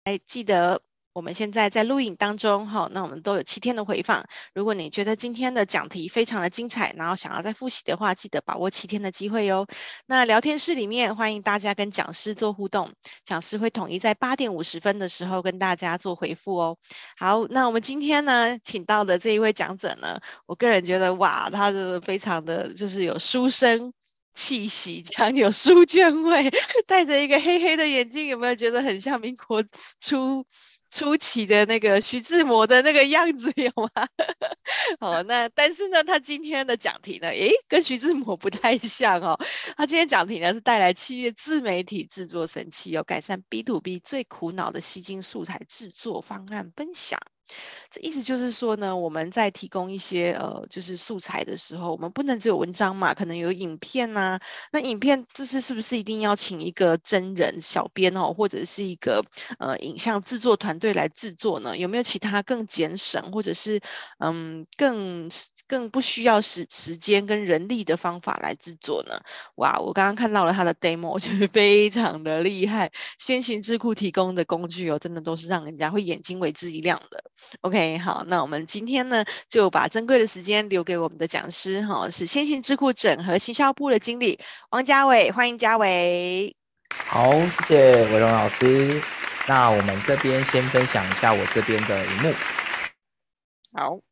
记得我们现在在录影当中，哈，那我们都有7天的回放。如果你觉得今天的讲题非常的精彩，然后想要再复习的话，记得把握7天的机会哟。那聊天室里面欢迎大家跟讲师做互动，讲师会统一在8点50分的时候跟大家做回复哦。好，那我们今天呢，请到的这一位讲者呢，我个人觉得哇，他的非常的就是有书生气息，强有书卷味，戴着一个黑黑的眼镜，有没有觉得很像民国初期的那个徐志摩的那个样子，有吗？好，那但是呢，他今天的讲题呢，诶，跟徐志摩不太像哦。他今天讲题呢是带来企业自媒体制作神器，有改善 B to B 最苦恼的吸金素材制作方案分享。这意思就是说呢，我们在提供一些就是素材的时候，我们不能只有文章嘛，可能有影片呐、那影片是不是一定要请一个真人小编哦，或者是一个影像制作团队来制作呢？有没有其他更节省或者是更不需要时间跟人力的方法来制作呢？哇，我刚刚看到了他的 demo，我觉得非常的厉害。先行智库提供的工具哦，真的都是让人家会眼睛为之一亮的。OK，好，那我们今天呢就把珍贵的时间留给我们的讲师哈，是先行智库整合行销部的经理王家伟，欢迎家伟。 好，谢谢伟荣老师。那我们这边先分享一下我这边的荧幕。 好，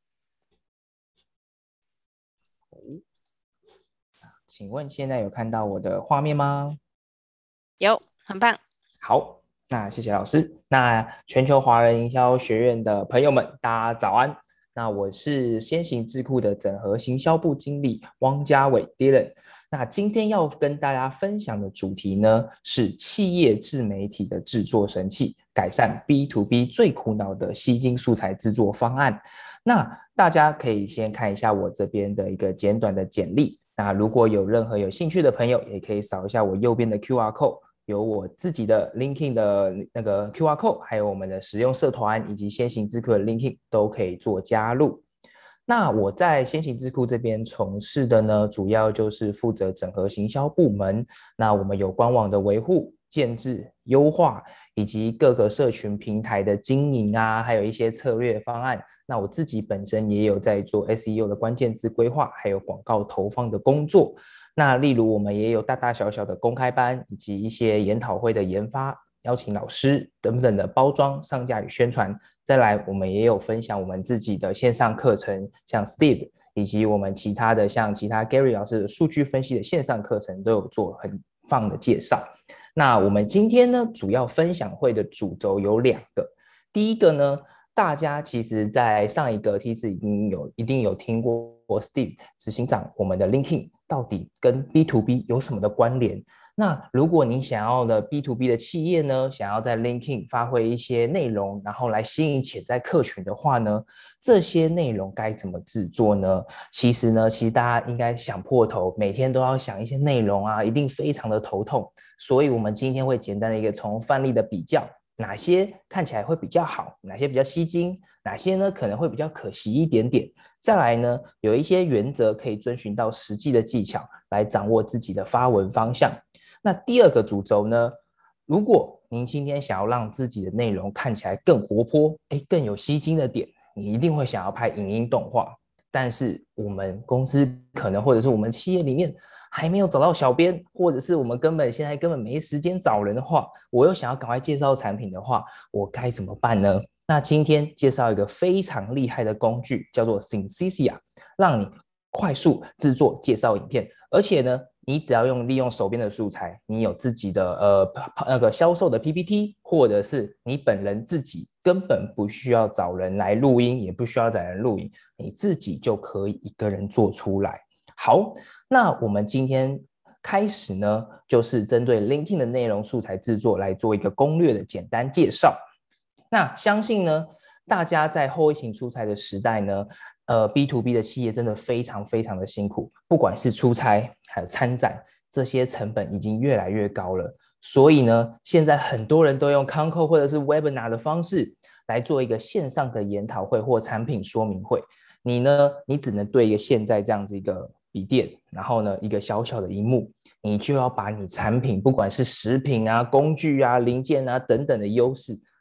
请问现在有看到我的画面吗？ 有，很棒。 好，那谢谢老师。那全球华人营销学院的朋友们，大家早安。那我是先行智库的整合行销部经理汪家伟 Dylan。那今天要跟大家分享的主题呢，是企业自媒体的制作神器，改善 B to B 最苦恼的吸金素材制作方案。那大家可以先看一下我这边的一个简短的简历。那如果有任何有兴趣的朋友，也可以扫一下我右边的 QR code。有我自己的 LinkedIn 的那个 QR code，还有我们的使用社团以及先行智库的 LinkedIn 都可以做加入。那我在先行智库这边从事的呢，主要就是负责整合行销部门。那我们有官网的维护、建制、优化，以及各个社群平台的经营啊，还有一些策略方案。那我自己本身也有在做 SEO 的关键字规划，还有广告投放的工作。那例如我们也有大大小小的公开班，以及一些研讨会的研发，邀请老师等等的包装、上架与宣传。再来，我们也有分享我们自己的线上课程，像 Steve 以及我们其他的像其他 Gary 老师的数据分析的线上课程都有做很棒的介绍。那我们今天呢，主要分享会的主轴有2个。第一个呢，大家其实在上一个梯次一定有听过 Steve 执行长我们的 LinkedIn 到底跟 B to B 有什么的关联？那如果你想要的 B to B 的企业呢，想要在 LinkedIn 发挥一些内容，然后来吸引潜在客群的话呢，这些内容该怎么制作呢？其实大家应该想破头，每天都要想一些内容啊，一定非常的头痛。所以我们今天会简单的一个从范例的比较，哪些看起来会比较好，哪些比较吸睛，哪些呢可能会比较可惜一点点。再来呢，有一些原则可以遵循到实际的技巧来掌握自己的发文方向。那第二个主轴呢，如果您今天想要让自己的内容看起来更活泼，更有吸睛的点，你一定会想要拍影音动画。但是我们公司可能或者是我们企业里面还没有找到小编，或者是我们现在根本没时间找人的话，我又想要赶快介绍产品的话，我该怎么办呢？那今天介绍一个非常厉害的工具，叫做 Synthesia， 让你快速制作介绍影片，而且呢，你只要利用手边的素材，你有自己的那个销售的 PPT， 或者是你本人自己根本不需要找人来录音，也不需要找人录影，你自己就可以一个人做出来。好，那我们今天开始呢，就是针对 LinkedIn 的内容素材制作来做一个攻略的简单介绍。那相信呢，大家在后疫情出差的时代呢，B to B 的企业真的非常非常的辛苦，不管是出差还有参展，这些成本已经越来越高了。所以呢，现在很多人都用 Concall 或者是 Webinar 的方式来做一个线上的研讨会或产品说明会。你呢，你只能对一个现在这样子一个笔电，然后呢，一个小小的荧幕，你就要把你产品不管是食品啊、工具啊、零件啊等等的优势，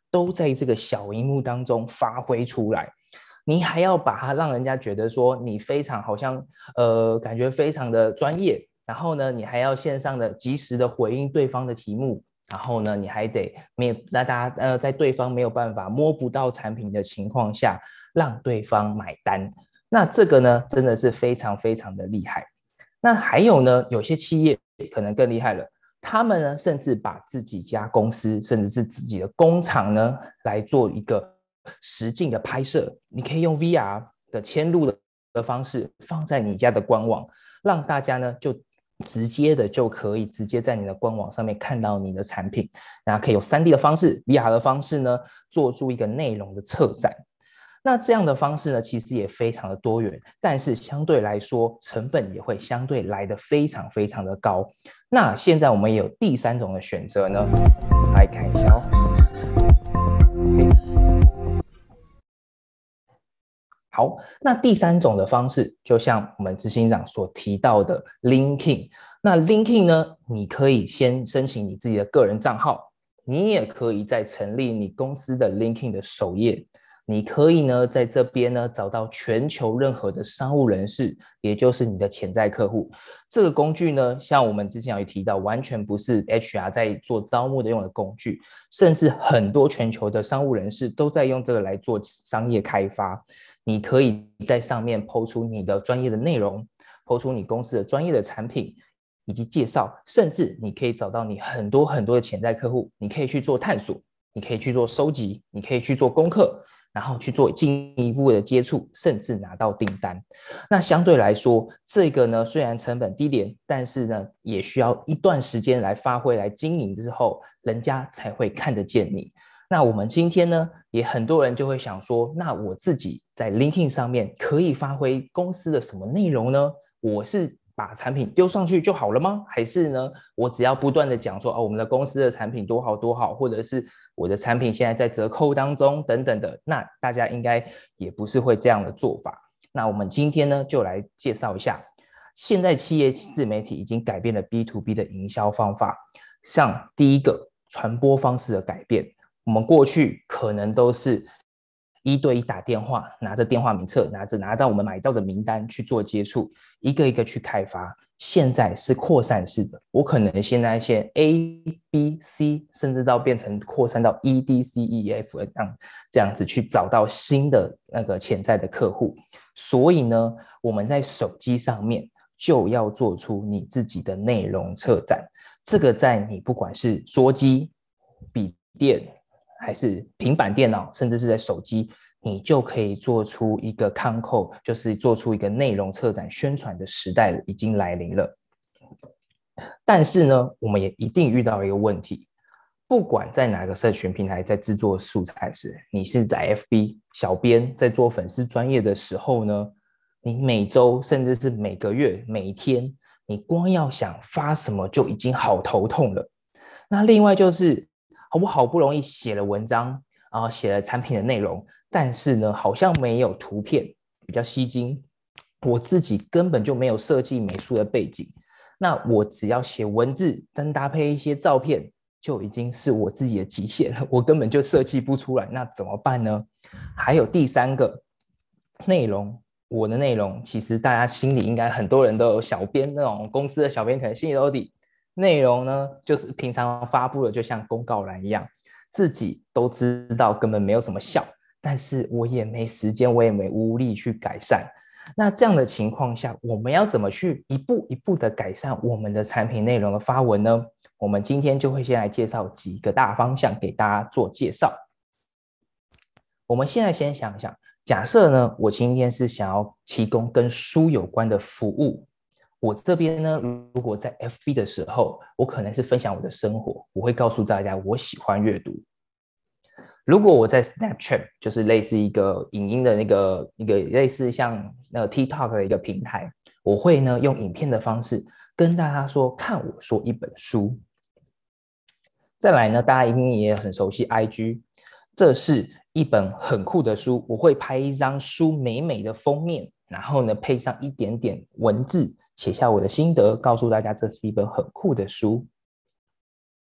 都在这个小荧幕当中发挥出来。你还要把它让人家觉得说你非常好像感觉非常的专业，然后呢，你还要线上的及时的回应对方的题目，然后呢，你还得没有让大家在对方没有办法摸不到产品的情况下，让对方买单。那这个呢，真的是非常非常的厉害。那还有呢，有些企业可能更厉害了，他们呢甚至把自己家公司甚至是自己的工厂呢来做一个实境的拍摄，你可以用 VR 的嵌入的方式放在你家的官网，让大家呢就直接的就可以直接在你的官网上面看到你的产品，那可以有 3D 的方式 VR 的方式呢做出一个内容的策展。那这样的方式呢，其实也非常的多元，但是相对来说，成本也会相对来得非常非常的高。那现在我们也有第3种的选择呢，来看一下哦。好，那第3种的方式，就像我们执行长所提到的 LinkedIn。那 LinkedIn 呢，你可以先申请你自己的个人账号，你也可以再成立你公司的 LinkedIn 的首页。你可以呢，在这边呢找到全球任何的商务人士，也就是你的潜在客户。这个工具呢，像我们之前有提到，完全不是 HR 在做招募的用的工具，甚至很多全球的商务人士都在用这个来做商业开发。你可以在上面抛出你的专业的内容，抛出你公司的专业的产品以及介绍，甚至你可以找到你很多很多的潜在客户，你可以去做探索，你可以去做收集，你可以去做功课，然后去做进一步的接触，甚至拿到订单。那相对来说，这个呢虽然成本低廉，但是呢也需要一段时间来发挥、来经营之后，人家才会看得见你。那我们今天呢，也很多人就会想说，那我自己在 LinkedIn 上面可以发挥公司的什么内容呢？我是把产品丢上去就好了吗？还是呢，我只要不断的讲说，我们的公司的产品多好多好，或者是我的产品现在在折扣当中等等的，那大家应该也不是会这样的做法。那我们今天呢，就来介绍一下，现在企业自媒体已经改变了 B to B 的营销方法，像第一个传播方式的改变。我们过去可能都是1对1打电话，拿着电话名册，拿到我们买到的名单去做接触，一个一个去开发。现在是扩散式的，我可能现在先 A、B、C， 甚至到变成扩散到 E、D、C、E、F 这样子去找到新的那个潜在的客户。所以呢，我们在手机上面就要做出你自己的内容策展。这个在你不管是桌机、笔电，还是平板电脑，甚至是在手机，你就可以做出一个康扣，就是做出一个内容策展宣传的时代已经来临了。但是呢，我们也一定遇到一个问题，不管在哪个社群平台在制作素材时，你是在 FB 小编在做粉丝专页的时候呢，你每周甚至是每个月每一天，你光要想发什么就已经好头痛了。那另外就是我好不容易写了文章，然后写了产品的内容，但是呢，好像没有图片比较吸睛，我自己根本就没有设计美术的背景，那我只要写文字跟搭配一些照片，就已经是我自己的极限了，我根本就设计不出来，那怎么办呢？还有第3个内容。我的内容其实大家心里应该很多人都有小编，那种公司的小编可能心里都有底，内容呢就是平常发布的就像公告栏一样，自己都知道根本没有什么效，但是我也没时间，我也没无力去改善。那这样的情况下，我们要怎么去一步一步的改善我们的产品内容的发文呢？我们今天就会先来介绍几个大方向给大家做介绍。我们现在先想一想，假设呢，我今天是想要提供跟书有关的服务，我这边呢，如果在 FB 的时候，我可能是分享我的生活，我会告诉大家我喜欢阅读。如果我在 Snapchat， 就是类似一个影音的一个类似像TikTok 的一个平台，我会呢用影片的方式跟大家说，看我说一本书。再来呢，大家一定也很熟悉 IG， 这是一本很酷的书，我会拍一张书美美的封面，然后呢配上一点点文字，写下我的心得，告诉大家这是一本很酷的书。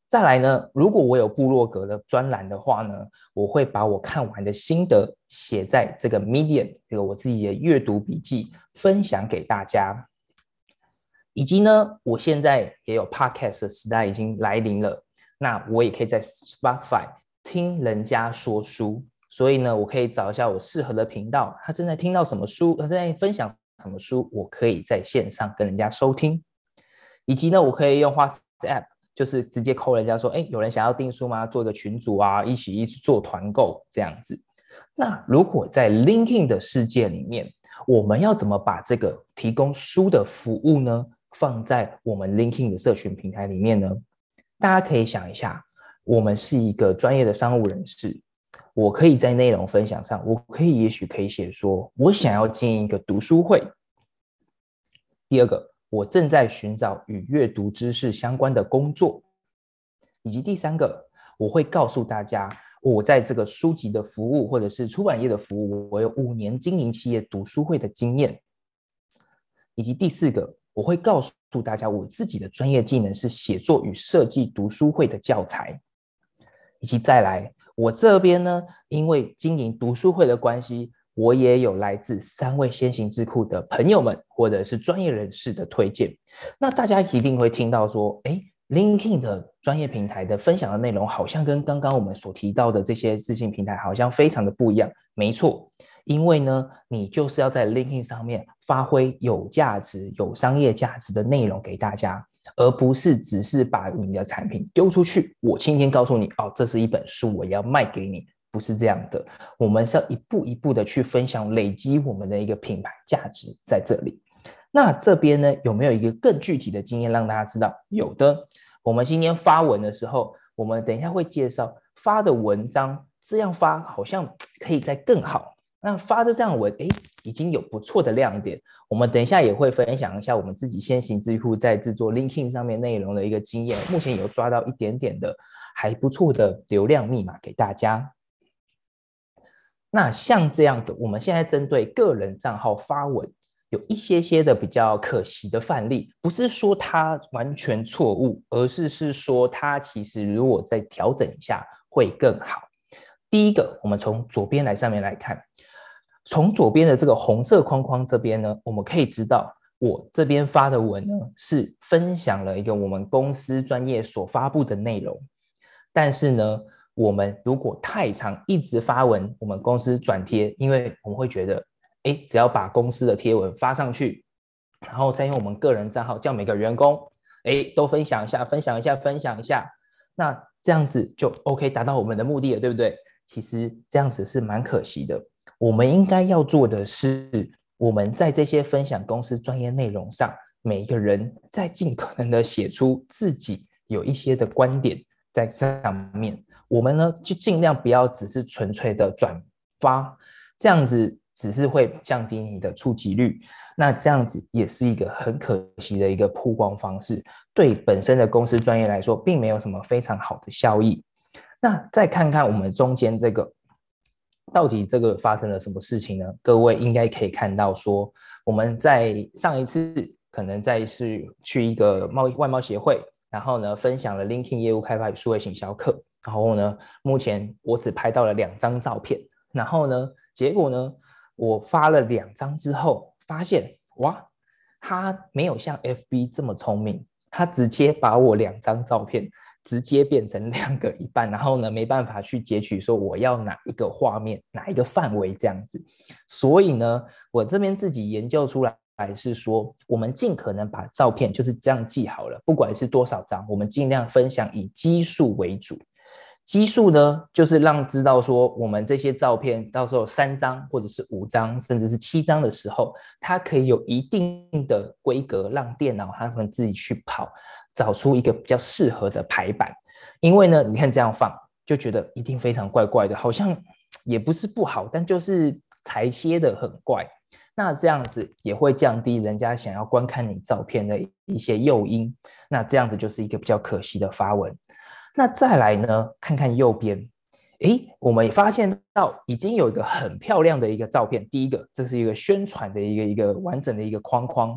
再来呢，如果我有部落格的专栏的话呢，我会把我看完的心得写在这个 Medium 这个我自己的阅读笔记分享给大家。以及呢，我现在也有 Podcast 的时代已经来临了，那我也可以在 Spotify 听人家说书，所以呢，我可以找一下我适合的频道，他正在听到什么书，他正在分享什么书，我可以在线上跟人家收听。以及呢，我可以用 WhatsApp， 就是直接 call 人家说，有人想要订书吗？做一个群组啊，一起做团购这样子。那如果在 LinkedIn 的世界里面，我们要怎么把这个提供书的服务呢，放在我们 LinkedIn 的社群平台里面呢？大家可以想一下，我们是一个专业的商务人士，我可以在内容分享上，我也许可以写说，我想要经营一个读书会。第二个，我正在寻找与阅读知识相关的工作。以及第三个，我会告诉大家，我在这个书籍的服务或者是出版业的服务，我有5年经营企业读书会的经验。以及第四个，我会告诉大家我自己的专业技能是写作与设计读书会的教材。以及再来，我这边呢，因为经营读书会的关系，我也有来自3位先行智库的朋友们或者是专业人士的推荐。那大家一定会听到说LinkedIn 的专业平台的分享的内容好像跟刚刚我们所提到的这些自信平台好像非常的不一样。没错，因为呢，你就是要在 LinkedIn 上面发挥有价值、有商业价值的内容给大家，而不是只是把你的产品丢出去。我今天告诉你，这是一本书，我要卖给你，不是这样的。我们是要一步一步的去分享，累积我们的一个品牌价值在这里。那这边呢，有没有一个更具体的经验让大家知道？有的，我们今天发文的时候，我们等一下会介绍发的文章，这样发好像可以再更好。那发的这样文，已经有不错的亮点。我们等一下也会分享一下我们自己先行智库在制作 LinkedIn 上面内容的一个经验，目前有抓到一点点的还不错的流量密码给大家。那像这样子，我们现在针对个人账号发文，有一些的比较可惜的范例，不是说它完全错误，而是说它其实如果再调整一下会更好。第一个，我们从左边上面来看，从左边的这个红色框框这边呢，我们可以知道我这边发的文呢是分享了一个我们公司专业所发布的内容，但是呢，我们如果太常一直发文，我们公司转贴，因为我们会觉得只要把公司的贴文发上去，然后再用我们个人账号叫每个员工都分享一下，那这样子就 OK 达到我们的目的了，对不对？其实这样子是蛮可惜的。我们应该要做的是，我们在这些分享公司专业内容上，每一个人在尽可能的写出自己有一些的观点在上面。我们呢就尽量不要只是纯粹的转发，这样子只是会降低你的触及率，那这样子也是一个很可惜的一个曝光方式，对本身的公司专业来说并没有什么非常好的效益。那再看看我们中间这个到底这个发生了什么事情呢？各位应该可以看到说，我们在上一次可能是去一个外贸协会，然后呢分享了 LinkedIn 业务开发与数位行销课，然后呢目前我只拍到了2张照片，然后呢结果呢我发了2张之后发现，哇，他没有像 FB 这么聪明，他直接把我2张照片直接变成2个一半，然后呢没办法去截取说我要哪一个画面哪一个范围这样子。所以呢我这边自己研究出来是说，我们尽可能把照片就是这样记好了，不管是多少张，我们尽量分享以基数为主。基数呢就是让知道说我们这些照片到时候3张或者是5张甚至是7张的时候，它可以有一定的规格，让电脑他们自己去跑，找出一个比较适合的排版。因为呢你看这样放就觉得一定非常怪怪的，好像也不是不好，但就是裁切的很怪，那这样子也会降低人家想要观看你照片的一些诱因，那这样子就是一个比较可惜的发文。那再来呢，看看右边，我们也发现到已经有一个很漂亮的一个照片。第一个，这是一个宣传的一个完整的一个框框。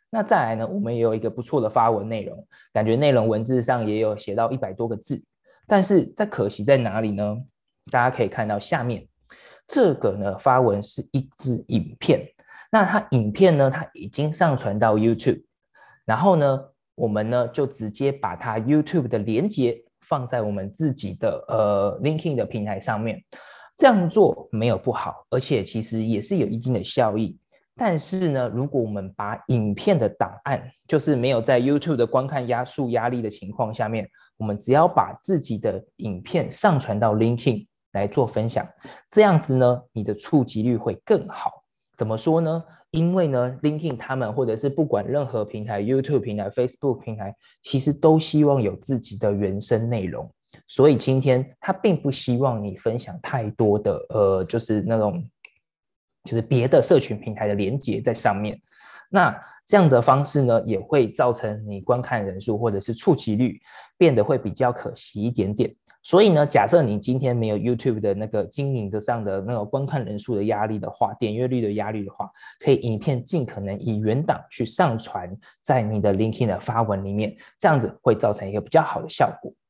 那再来呢，我们也有一个不错的发文内容，感觉内容文字上也有写到100多个字，但是可惜在哪里呢？大家可以看到下面这个呢，发文是一支影片，那它影片呢，它已经上传到 YouTube， 然后呢，我们呢就直接把它 YouTube 的连结放在我们自己的LinkedIn 的平台上面，这样做没有不好，而且其实也是有一定的效益。但是呢，如果我们把影片的档案，就是没有在 YouTube 的观看数压力的情况下面，我们只要把自己的影片上传到 LinkedIn 来做分享，这样子呢，你的触及率会更好。怎么说呢？因为呢 LinkedIn 他们或者是不管任何平台 YouTube 平台 Facebook 平台，其实都希望有自己的原生内容，所以今天他并不希望你分享太多的就是那种就是别的社群平台的连结在上面。那这样的方式呢，也会造成你观看人数或者是触及率变得会比较可惜一点点。所以呢，假设你今天没有 YouTube 的那个经营的上的那个观看人数的压力的话，点阅率的压力的话，可以影片尽可能以原档去上传在你的 LinkedIn 的发文里面，这样子会造成一个比较好的效果。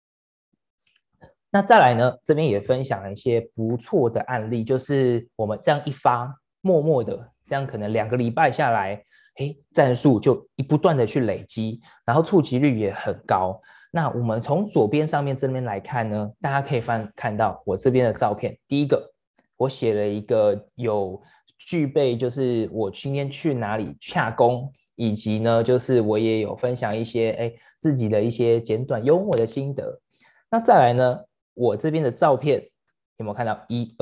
那再来呢，这边也分享了一些不错的案例，就是我们这样一发，默默的这样可能2个礼拜下来，赞数就不断的去累积，然后触及率也很高。那我们从左边上面这边来看呢，大家可以看到我这边的照片。第一个，我写了一个有具备，就是我今天去哪里洽公，以及呢，就是我也有分享一些自己的一些简短幽默的心得。那再来呢，我这边的照片有没有看到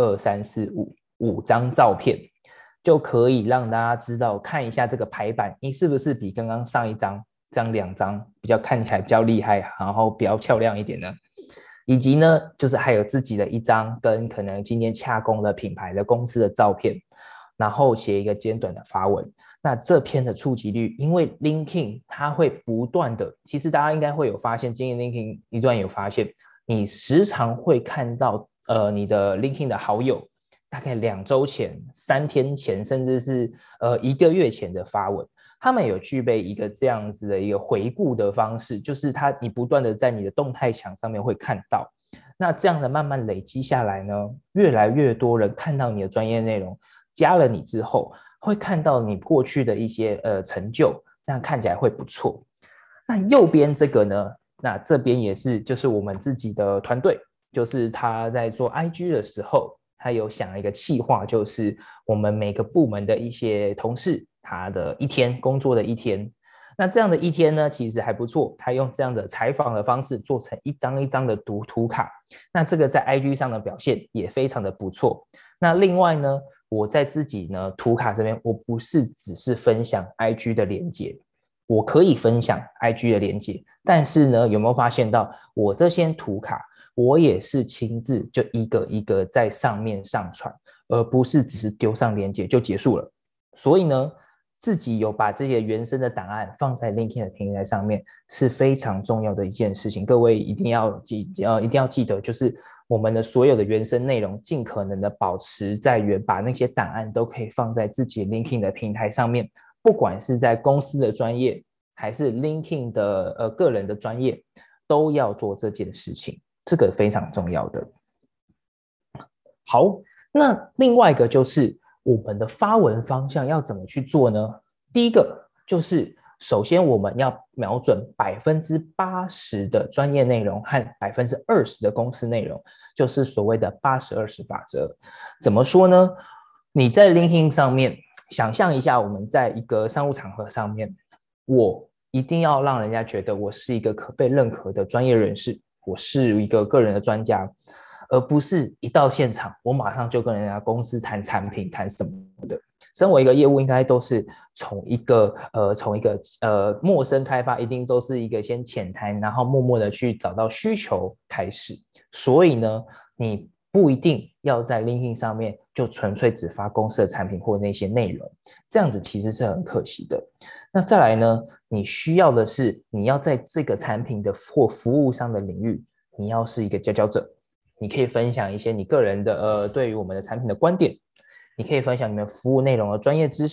1、2、3、4、5张照片，就可以让大家知道看一下这个排版，你是不是比刚刚上一张这样2张比较看起来比较厉害，然后比较漂亮一点呢？以及呢，就是还有自己的一张跟可能今天洽公的品牌的公司的照片，然后写一个简短的发文。那这篇的触及率，因为 LinkedIn 它会不断的，其实大家应该会有发现，经营 LinkedIn 一段有发现，你时常会看到你的 LinkedIn 的好友大概2周前、3天前，甚至是1个月前的发文，他们有具备一个这样子的一个回顾的方式，就是你不断的在你的动态墙上面会看到。那这样的慢慢累积下来呢，越来越多人看到你的专业内容，加了你之后，会看到你过去的一些成就，这样看起来会不错。那右边这个呢，那这边也是就是我们自己的团队，就是他在做 IG 的时候，他有想一个企划，就是我们每个部门的一些同事，他的一天工作的一天。那这样的一天呢，其实还不错，他用这样的采访的方式做成一张一张的图卡，那这个在 IG 上的表现也非常的不错。那另外呢，我在自己呢图卡这边，我不是只是分享 IG 的连结，我可以分享 IG 的连结，但是呢，有没有发现到我这些图卡，我也是亲自就一个一个在上面上传，而不是只是丢上连结就结束了。所以呢，自己有把这些原生的档案放在 LinkedIn 的平台上面是非常重要的一件事情。各位一定要记得，就是我们的所有的原生内容尽可能的保持在原，把那些档案都可以放在自己 LinkedIn 的平台上面，不管是在公司的专业还是 LinkedIn 的个人的专业，都要做这件事情，这个非常重要的。好，那另外一个就是我们的发文方向要怎么去做呢？第一个就是首先我们要瞄准80%的专业内容和20%的公司内容，就是所谓的80-20法则。怎么说呢？你在 LinkedIn 上面想象一下，我们在一个商务场合上面，我一定要让人家觉得我是一个可被认可的专业人士，我是一个个人的专家，而不是一到现场我马上就跟人家公司谈产品谈什么的。身为一个业务，应该都是从一个陌生开发，一定都是一个先浅谈，然后默默的去找到需求开始。所以呢，你不一定要在 LinkedIn 上面就纯粹只发公司的产品或那些内容，这样子其实是很可惜的。那再来呢，你需要的是你要在这个产品的或服务上的领域，你要是一个佼佼者，你可以分享一些你个人的对于我们的产品的观点，你可以分享你们服务内容的专业知识，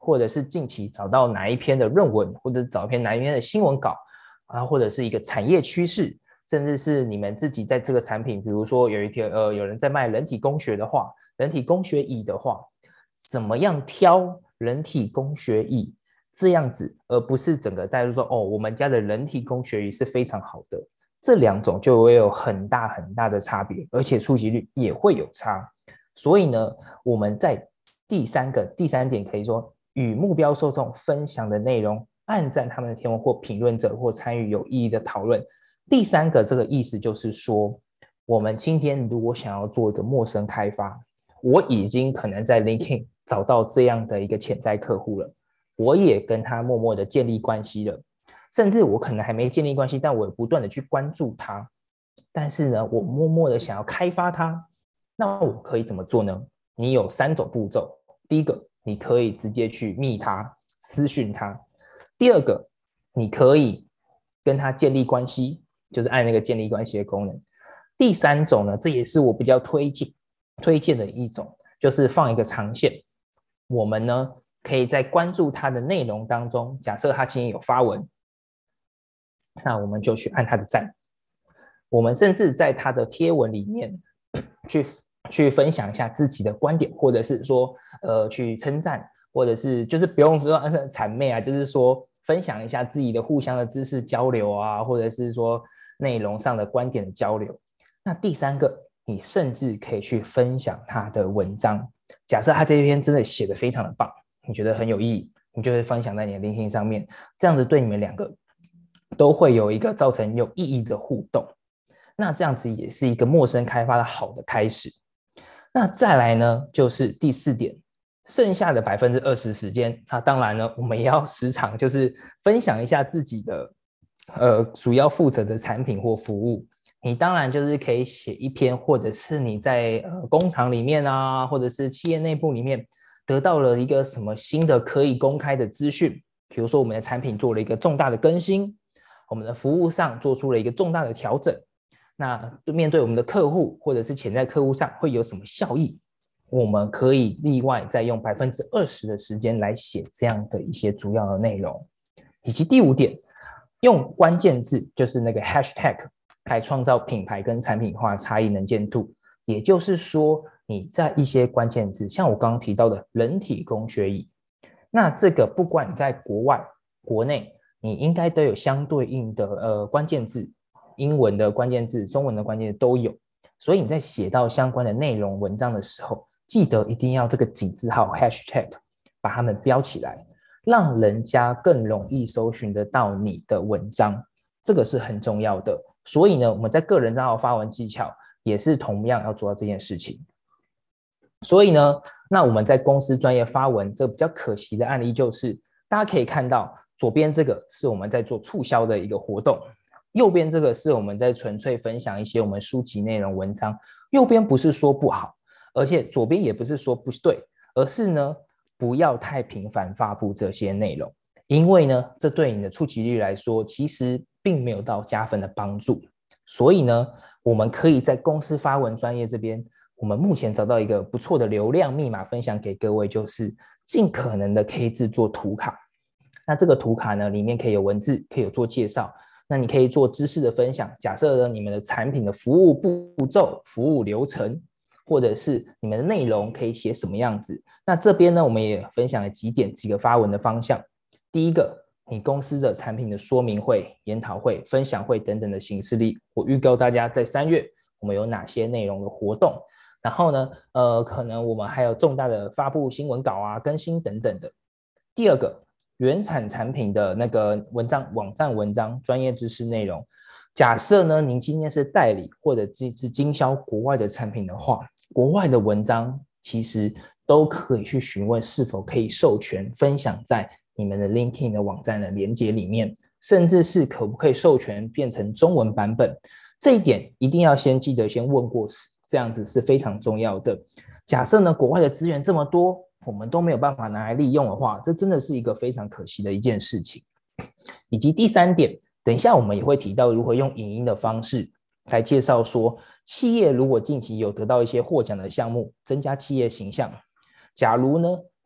或者是近期找到哪一篇的论文，或者找哪一篇的新闻稿啊，或者是一个产业趋势，甚至是你们自己在这个产品，比如说有人在卖人体工学的话，人体工学椅的话，怎么样挑人体工学椅这样子，而不是整个带入说我们家的人体工学椅是非常好的，这两种就会有很大很大的差别，而且触及率也会有差。所以呢，我们在第三点可以说，与目标受众分享的内容，按赞他们的贴文或评论者或参与有意义的讨论。第三个这个意思就是说，我们今天如果想要做一个陌生开发，我已经可能在 LinkedIn 找到这样的一个潜在客户了，我也跟他默默的建立关系了，甚至我可能还没建立关系，但我不断的去关注他，但是呢，我默默的想要开发他，那我可以怎么做呢？你有3种步骤。第一个，你可以直接去密他，私讯他。第二个，你可以跟他建立关系，就是按那个建立关系的功能。第三种呢，这也是我比较推荐的一种，就是放一个长线。我们呢，可以在关注他的内容当中，假设他今天有发文，那我们就去按他的赞。我们甚至在他的贴文里面去分享一下自己的观点，或者是说去称赞，或者是就是不用说谄媚啊，就是说分享一下自己的互相的知识交流啊，或者是说内容上的观点的交流。那第三个，你甚至可以去分享他的文章。假设他这篇真的写得非常的棒，你觉得很有意义，你就会分享在你的 LinkedIn 上面，这样子对你们2个都会有一个造成有意义的互动。那这样子也是一个陌生开发的好的开始。那再来呢，就是第4点，剩下的20%时间，当然呢，我们也要时常就是分享一下自己的主要负责的产品或服务。你当然就是可以写一篇，或者是你在工厂里面啊，或者是企业内部里面得到了一个什么新的可以公开的资讯，比如说我们的产品做了一个重大的更新，我们的服务上做出了一个重大的调整，那面对我们的客户或者是潜在客户上会有什么效益，我们可以另外再用20%的时间来写这样的一些主要的内容。以及第5点，用关键字，就是那个 hashtag 来创造品牌跟产品化差异能见度。也就是说，你在一些关键字，像我刚刚提到的人体工学椅，那这个不管你在国外国内，你应该都有相对应的关键字，英文的关键字、中文的关键字都有。所以你在写到相关的内容文章的时候，记得一定要这个井字号 hashtag 把它们标起来，让人家更容易搜寻得到你的文章，这个是很重要的。所以呢，我们在个人账号发文技巧也是同样要做到这件事情。所以呢，那我们在公司专业发文，这个比较可惜的案例就是，大家可以看到左边这个是我们在做促销的一个活动，右边这个是我们在纯粹分享一些我们书籍内容文章。右边不是说不好，而且左边也不是说不对，而是呢，不要太频繁发布这些内容，因为呢，这对你的触及率来说，其实并没有到加分的帮助。所以呢，我们可以在公司发文专业这边，我们目前找到一个不错的流量密码分享给各位，就是尽可能的可以制作图卡。那这个图卡呢，里面可以有文字，可以有做介绍。那你可以做知识的分享，假设呢你们的产品的服务步骤、服务流程，或者是你们的内容可以写什么样子。那这边呢，我们也分享了几个发文的方向。第一个，你公司的产品的说明会、研讨会、分享会等等的形式里，我预告大家在3月我们有哪些内容的活动。然后呢，可能我们还有重大的发布新闻稿啊、更新等等的。第二个，原产产品的那个文章、网站文章、专业知识内容。假设呢，您今天是代理或者是经销国外的产品的话，国外的文章其实都可以去询问是否可以授权分享在你们的 LinkedIn 的网站的连结里面，甚至是可不可以授权变成中文版本。这一点一定要先记得先问过，这样子是非常重要的。假设呢，国外的资源这么多，我们都没有办法拿来利用的话，这真的是一个非常可惜的一件事情。以及第3点，等一下我们也会提到如何用影音的方式来介绍说，企业如果近期有得到一些获奖的项目，增加企业形象。假如呢，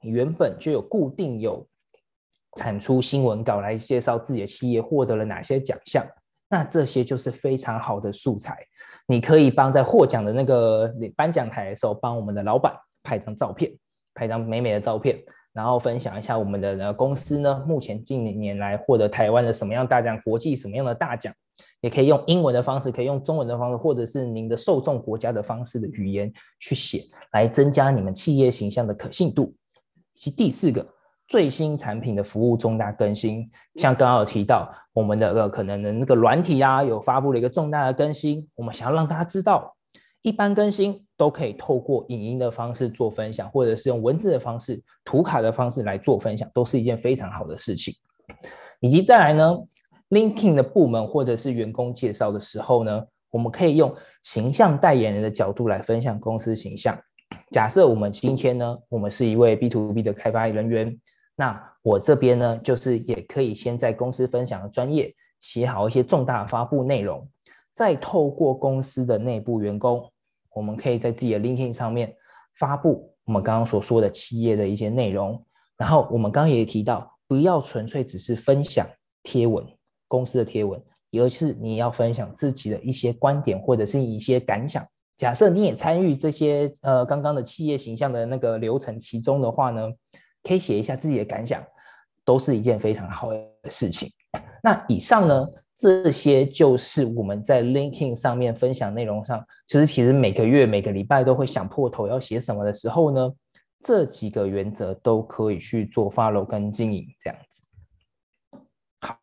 你原本就有固定产出新闻稿来介绍自己的企业获得了哪些奖项，那这些就是非常好的素材。你可以帮在获奖的那个颁奖台的时候，帮我们的老板拍张照片，拍张美美的照片，然后分享一下我们的公司呢，目前近年来获得台湾的什么样的大奖，国际什么样的大奖，也可以用英文的方式，可以用中文的方式，或者是您的受众国家的方式的语言去写，来增加你们企业形象的可信度。以及第4个，最新产品的服务重大更新，像刚刚有提到我们的可能的那个软体啊，有发布了一个重大的更新，我们想要让大家知道，一般更新都可以透过影音的方式做分享，或者是用文字的方式、图卡的方式来做分享，都是一件非常好的事情。以及再来呢，LinkedIn 的部门或者是员工介绍的时候呢，我们可以用形象代言人的角度来分享公司形象。假设我们今天呢，我们是一位 B2B 的开发人员，那我这边呢，就是也可以先在公司分享的专业写好一些重大的发布内容，再透过公司的内部员工，我们可以在自己的 LinkedIn 上面发布我们刚刚所说的企业的一些内容。然后我们刚刚也提到，不要纯粹只是分享贴文，公司的贴文，而是你要分享自己的一些观点或者是一些感想。假设你也参与这些刚刚的企业形象的那个流程其中的话呢，可以写一下自己的感想，都是一件非常好的事情。那以上呢，这些就是我们在 LinkedIn 上面分享内容上，就是其实每个月每个礼拜都会想破头要写什么的时候呢，这几个原则都可以去做 follow 跟经营这样子。好，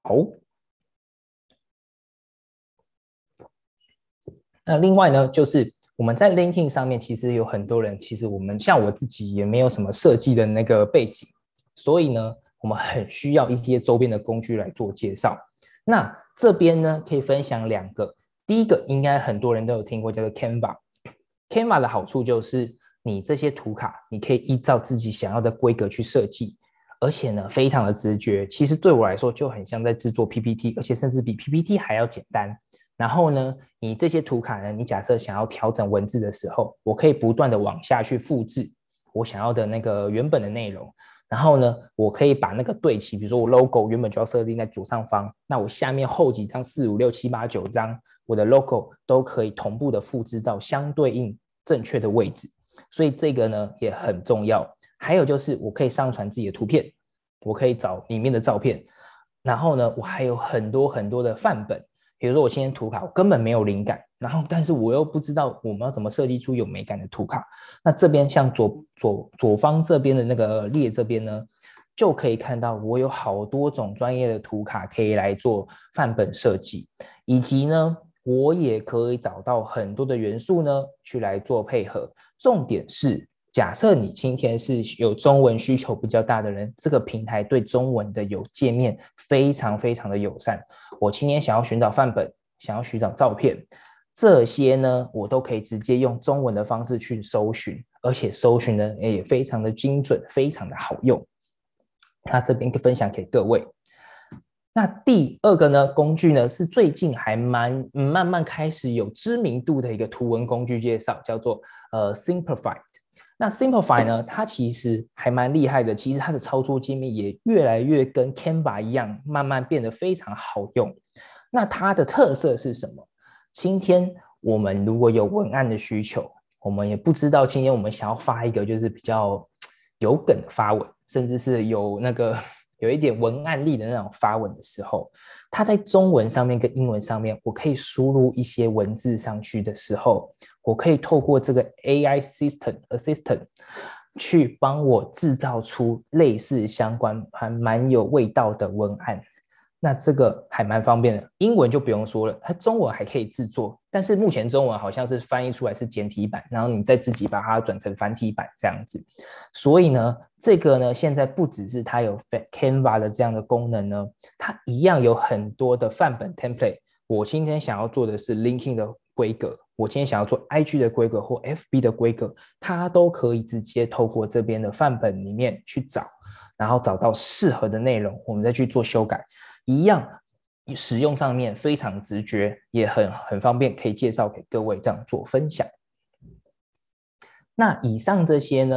那另外呢，就是我们在 LinkedIn 上面，其实有很多人，其实我们像我自己也没有什么设计的那个背景，所以呢，我们很需要一些周边的工具来做介绍。那这边呢，可以分享2个。第一个应该很多人都有听过，叫做 Canva。Canva 的好处就是你这些图卡，你可以依照自己想要的规格去设计，而且呢，非常的直觉。其实对我来说就很像在制作 PPT， 而且甚至比 PPT 还要简单。然后呢，你这些图卡呢，你假设想要调整文字的时候，我可以不断的往下去复制我想要的那个原本的内容。然后呢，我可以把那个对齐，比如说我 logo 原本就要设定在左上方，那我下面后几张4、5、6、7、8、9张，我的 logo 都可以同步的复制到相对应正确的位置。所以这个呢也很重要。还有就是我可以上传自己的图片，我可以找里面的照片，然后呢，我还有很多很多的范本。比如说我今天图卡我根本没有灵感，然后但是我又不知道我们要怎么设计出有美感的图卡，那这边像左方这边的那个列这边呢，就可以看到我有好多种专业的图卡可以来做范本设计，以及呢我也可以找到很多的元素呢去来做配合。重点是假设你今天是有中文需求比较大的人，这个平台对中文的界面非常非常的友善。我今天想要寻找范本，想要寻找照片，这些呢我都可以直接用中文的方式去搜寻，而且搜寻呢也非常的精准，非常的好用。那这边分享给各位。那第2个呢工具呢是最近还慢慢开始有知名度的一个图文工具介绍，叫做Simplify。那 Simplify 呢，它其实还蛮厉害的，其实它的操作界面也越来越跟 Canva 一样，慢慢变得非常好用。那它的特色是什么？今天我们如果有文案的需求，我们也不知道今天我们想要发一个就是比较有梗的发文，甚至是有一点文案力的那种发文的时候，它在中文上面跟英文上面，我可以输入一些文字上去的时候，我可以透过这个 AI Assistant 去帮我制造出类似相关还蛮有味道的文案。那这个还蛮方便的，英文就不用说了，它中文还可以制作，但是目前中文好像是翻译出来是简体版，然后你再自己把它转成繁体版这样子。所以呢，这个呢，现在不只是它有 Canva 的这样的功能呢，它一样有很多的范本 template。我今天想要做的是 LinkedIn 的规格，我今天想要做 IG 的规格或 FB 的规格，它都可以直接透过这边的范本里面去找，然后找到适合的内容，我们再去做修改。一样使用上面非常直觉，也很方便，可以介绍给各位这样做分享。那以上这些呢，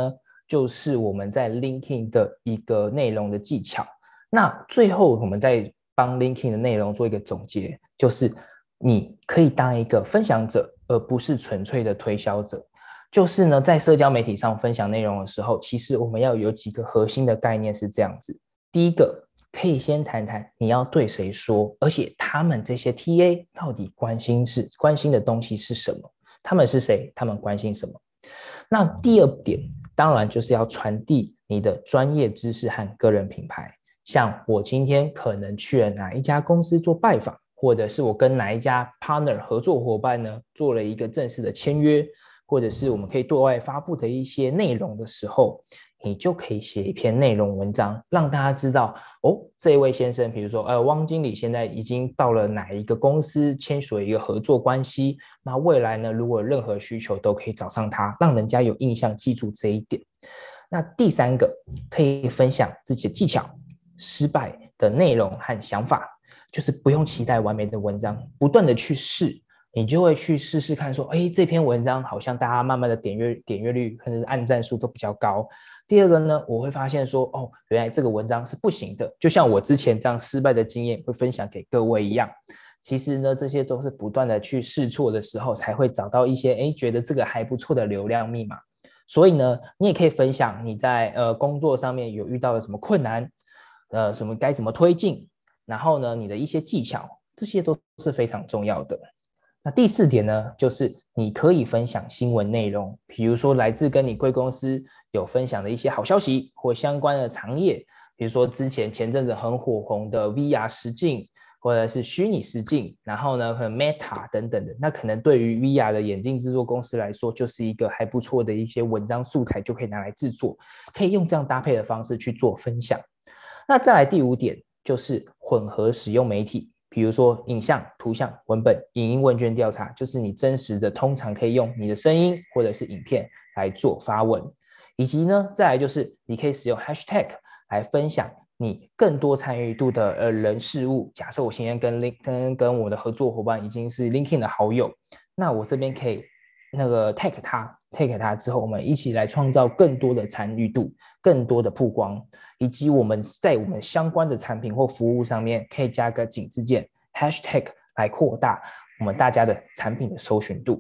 就是我们在 LinkedIn 的一个内容的技巧。那最后我们再帮 LinkedIn 的内容做一个总结，就是你可以当一个分享者，而不是纯粹的推销者。就是呢，在社交媒体上分享内容的时候，其实我们要有几个核心的概念是这样子。第一个，可以先谈谈你要对谁说，而且他们这些 TA 到底关心的东西是什么，他们是谁，他们关心什么。那第二点，当然就是要传递你的专业知识和个人品牌。像我今天可能去了哪一家公司做拜访，或者是我跟哪一家 partner 合作伙伴呢做了一个正式的签约，或者是我们可以对外发布的一些内容的时候，你就可以写一篇内容文章，让大家知道哦，这一位先生，比如说汪经理现在已经到了哪一个公司签署了一个合作关系，那未来呢，如果有任何需求都可以找上他，让人家有印象记住这一点。那第三个，可以分享自己的技巧、失败的内容和想法，就是不用期待完美的文章，不断的去试，你就会去试试看说，这篇文章好像大家慢慢的点阅率可能是按赞数都比较高。第二个呢，我会发现说，原来这个文章是不行的，就像我之前这样失败的经验会分享给各位一样。其实呢，这些都是不断的去试错的时候，才会找到一些觉得这个还不错的流量密码。所以呢，你也可以分享你在工作上面有遇到的什么困难，什么该怎么推进，然后呢，你的一些技巧，这些都是非常重要的。那第四点呢，就是你可以分享新闻内容，比如说来自跟你贵公司有分享的一些好消息或相关的行业，比如说前阵子很火红的 VR 实境，或者是虚拟实境，然后呢，可能 Meta 等等的，那可能对于 VR 的眼镜制作公司来说，就是一个还不错的一些文章素材，就可以拿来制作，可以用这样搭配的方式去做分享。那再来第五点，就是混合使用媒体。比如说影像、图像、文本、影音问卷调查，就是你真实的，通常可以用你的声音或者是影片来做发文，以及呢，再来就是你可以使用 hashtag 来分享你更多参与度的人事物。假设我今天跟我的合作伙伴已经是 LinkedIn 的好友，那我这边可以tag 他之后，我们一起来创造更多的参与度，更多的曝光，以及我们在我们相关的产品或服务上面可以加个井字键 hashtag 来扩大我们大家的产品的搜寻度。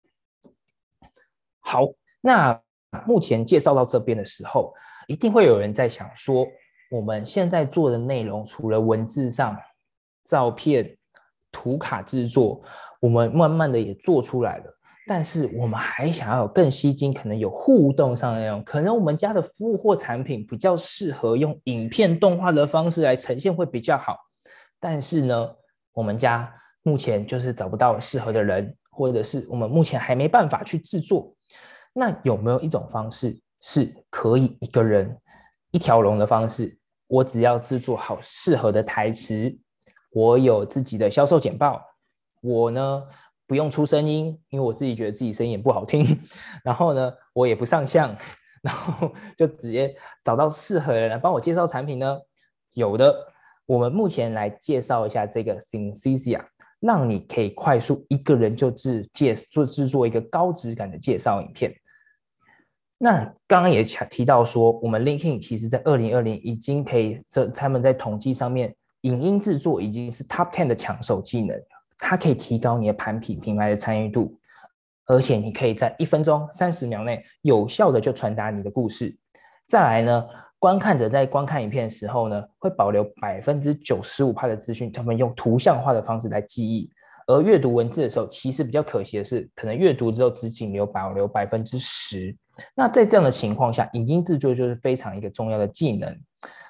好，那目前介绍到这边的时候，一定会有人在想说，我们现在做的内容除了文字上、照片、图卡制作，我们慢慢的也做出来了，但是我们还想要有更吸睛，可能有互动上的内容，可能我们家的服务或产品比较适合用影片动画的方式来呈现会比较好，但是呢，我们家目前就是找不到适合的人，或者是我们目前还没办法去制作。那有没有一种方式是可以一个人一条龙的方式，我只要制作好适合的台词，我有自己的销售简报，我呢不用出声音，因为我自己觉得自己声音也不好听，然后呢我也不上相，然后就直接找到适合的人来帮我介绍产品呢？有的，我们目前来介绍一下这个 Synthesia， 让你可以快速一个人就制作一个高质感的介绍影片。那刚刚也提到说，我们 LinkedIn 其实在2020已经可以，他们在统计上面，影音制作已经是 Top 10的抢手技能，它可以提高你的品牌的参与度，而且你可以在1分钟30秒内有效的就传达你的故事。再来呢，观看者在观看影片的时候呢，会保留95%的资讯，他们用图像化的方式来记忆。而阅读文字的时候，其实比较可惜的是，可能阅读之后只保留10%。那在这样的情况下，影音制作就是非常一个重要的技能。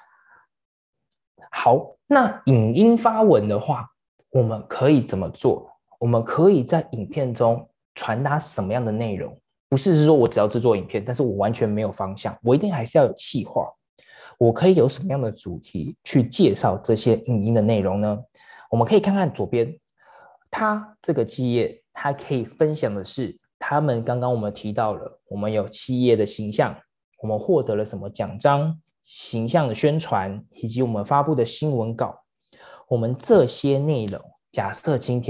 好，那影音发文的话，我们可以怎么做？我们可以在影片中传达什么样的内容？不是说我只要制作影片，但是我完全没有方向，我一定还是要有企划。我可以有什么样的主题去介绍这些影音的内容呢？我们可以看看左边，它这个企业，它可以分享的是他们刚刚我们提到了，我们有企业的形象，我们获得了什么奖章、形象的宣传，以及我们发布的新闻稿。我们这些内容，假设今天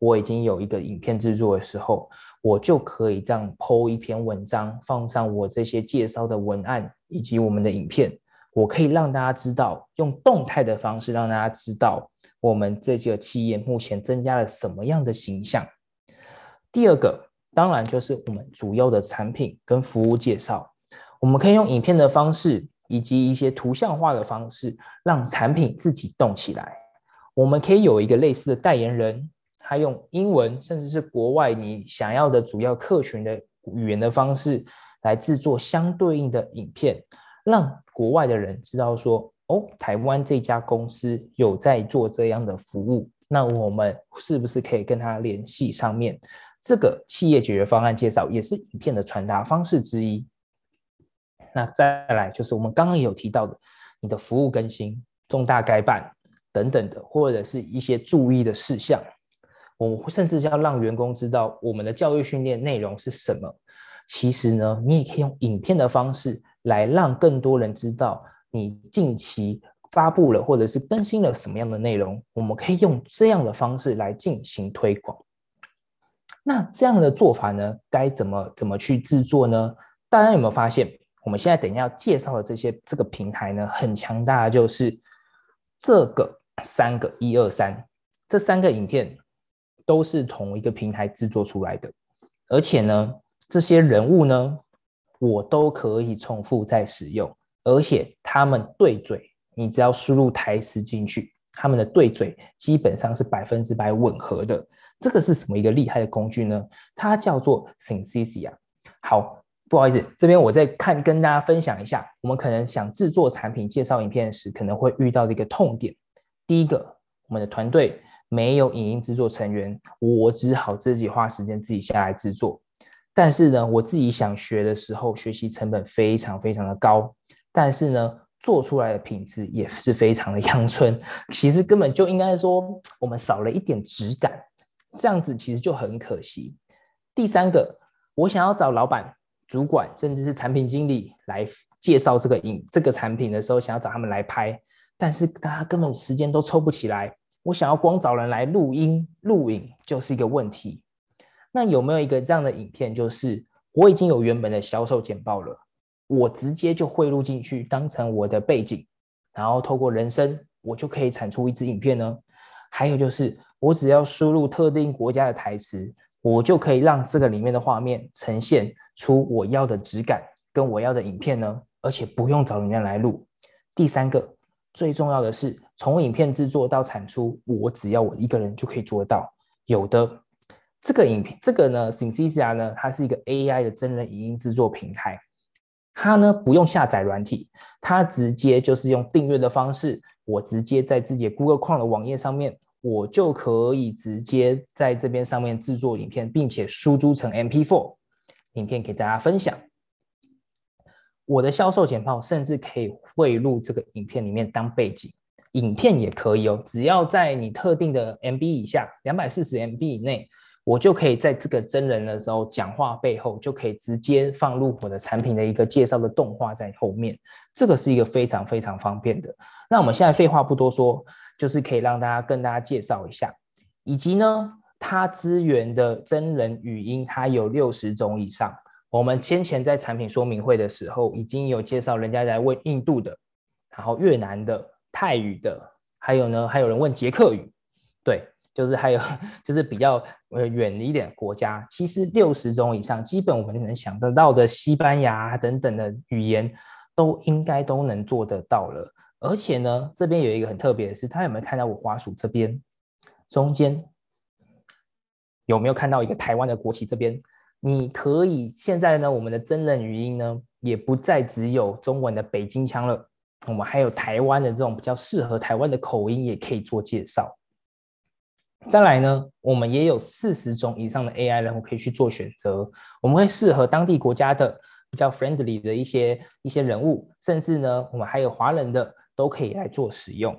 我已经有一个影片制作的时候，我就可以这样 po 一篇文章，放上我这些介绍的文案以及我们的影片，我可以让大家知道，用动态的方式让大家知道我们这个企业目前增加了什么样的形象。第二个当然就是我们主要的产品跟服务介绍，我们可以用影片的方式以及一些图像化的方式让产品自己动起来。我们可以有一个类似的代言人，他用英文甚至是国外你想要的主要客群的语言的方式来制作相对应的影片，让国外的人知道说，哦，台湾这家公司有在做这样的服务，那我们是不是可以跟他联系上面？这个企业解决方案介绍也是影片的传达方式之一。那再来就是我们刚刚也有提到的，你的服务更新、重大改版等等的，或者是一些注意的事项，我甚至要让员工知道我们的教育训练内容是什么。其实呢，你也可以用影片的方式来让更多人知道你近期发布了或者是更新了什么样的内容，我们可以用这样的方式来进行推广。那这样的做法呢，该怎么去制作呢？大家有没有发现，我们现在等一下要介绍的这个平台呢，很强大的就是这个3个1、2、3，这3个影片都是同一个平台制作出来的，而且呢，这些人物呢，我都可以重复再使用，而且他们对嘴，你只要输入台词进去，他们的对嘴基本上是100%吻合的。这个是什么一个厉害的工具呢？它叫做 Synthesia。好，不好意思，这边我再跟大家分享一下，我们可能想制作产品介绍影片时可能会遇到的一个痛点。第一个，我们的团队没有影音制作成员，我只好自己花时间自己下来制作。但是呢，我自己想学的时候，学习成本非常非常的高，但是呢，做出来的品质也是非常的阳春。其实根本就应该说，我们少了一点质感。这样子其实就很可惜。第3个，我想要找老板、主管，甚至是产品经理来介绍这个产品的时候，想要找他们来拍，但是大家根本时间都抽不起来。我想要光找人来录音、录影就是一个问题。那有没有一个这样的影片，就是我已经有原本的销售简报了，我直接就汇录进去，当成我的背景，然后透过人声，我就可以产出一支影片呢？还有就是我只要输入特定国家的台词，我就可以让这个里面的画面呈现出我要的质感跟我要的影片呢，而且不用找人家来录。第3个，最重要的是从影片制作到产出，我只要我一个人就可以做得到。有的这个呢 Synthesia 呢，它是一个 AI 的真人影音制作平台，它呢不用下载软体，它直接就是用订阅的方式，我直接在自己的 Google Chrome 的网页上面，我就可以直接在这边上面制作影片，并且输出成 MP4 影片给大家分享。我的销售简报甚至可以汇入这个影片里面当背景，影片也可以哦，只要在你特定的 MB 以下，240MB 以内，我就可以在这个真人的时候讲话背后就可以直接放入我的产品的一个介绍的动画在后面，这个是一个非常非常方便的。那我们现在废话不多说，就是可以让跟大家介绍一下，以及呢，它支援的真人语音它有60种以上。我们先前在产品说明会的时候已经有介绍，人家来问印度的，然后越南的、泰语的，还有人问捷克语，对。就是还有就是比较远一点的国家，其实60种以上，基本我们能想得到的西班牙等等的语言，都应该都能做得到了。而且呢，这边有一个很特别的是，他有没有看到我滑鼠这边中间有没有看到一个台湾的国旗？这边你可以现在呢，我们的真人语音呢，也不再只有中文的北京腔了，我们还有台湾的这种比较适合台湾的口音，也可以做介绍。再来呢，我们也有40种以上的 AI 人物可以去做选择，我们会适合当地国家的比较 friendly 的一些人物，甚至呢，我们还有华人的都可以来做使用。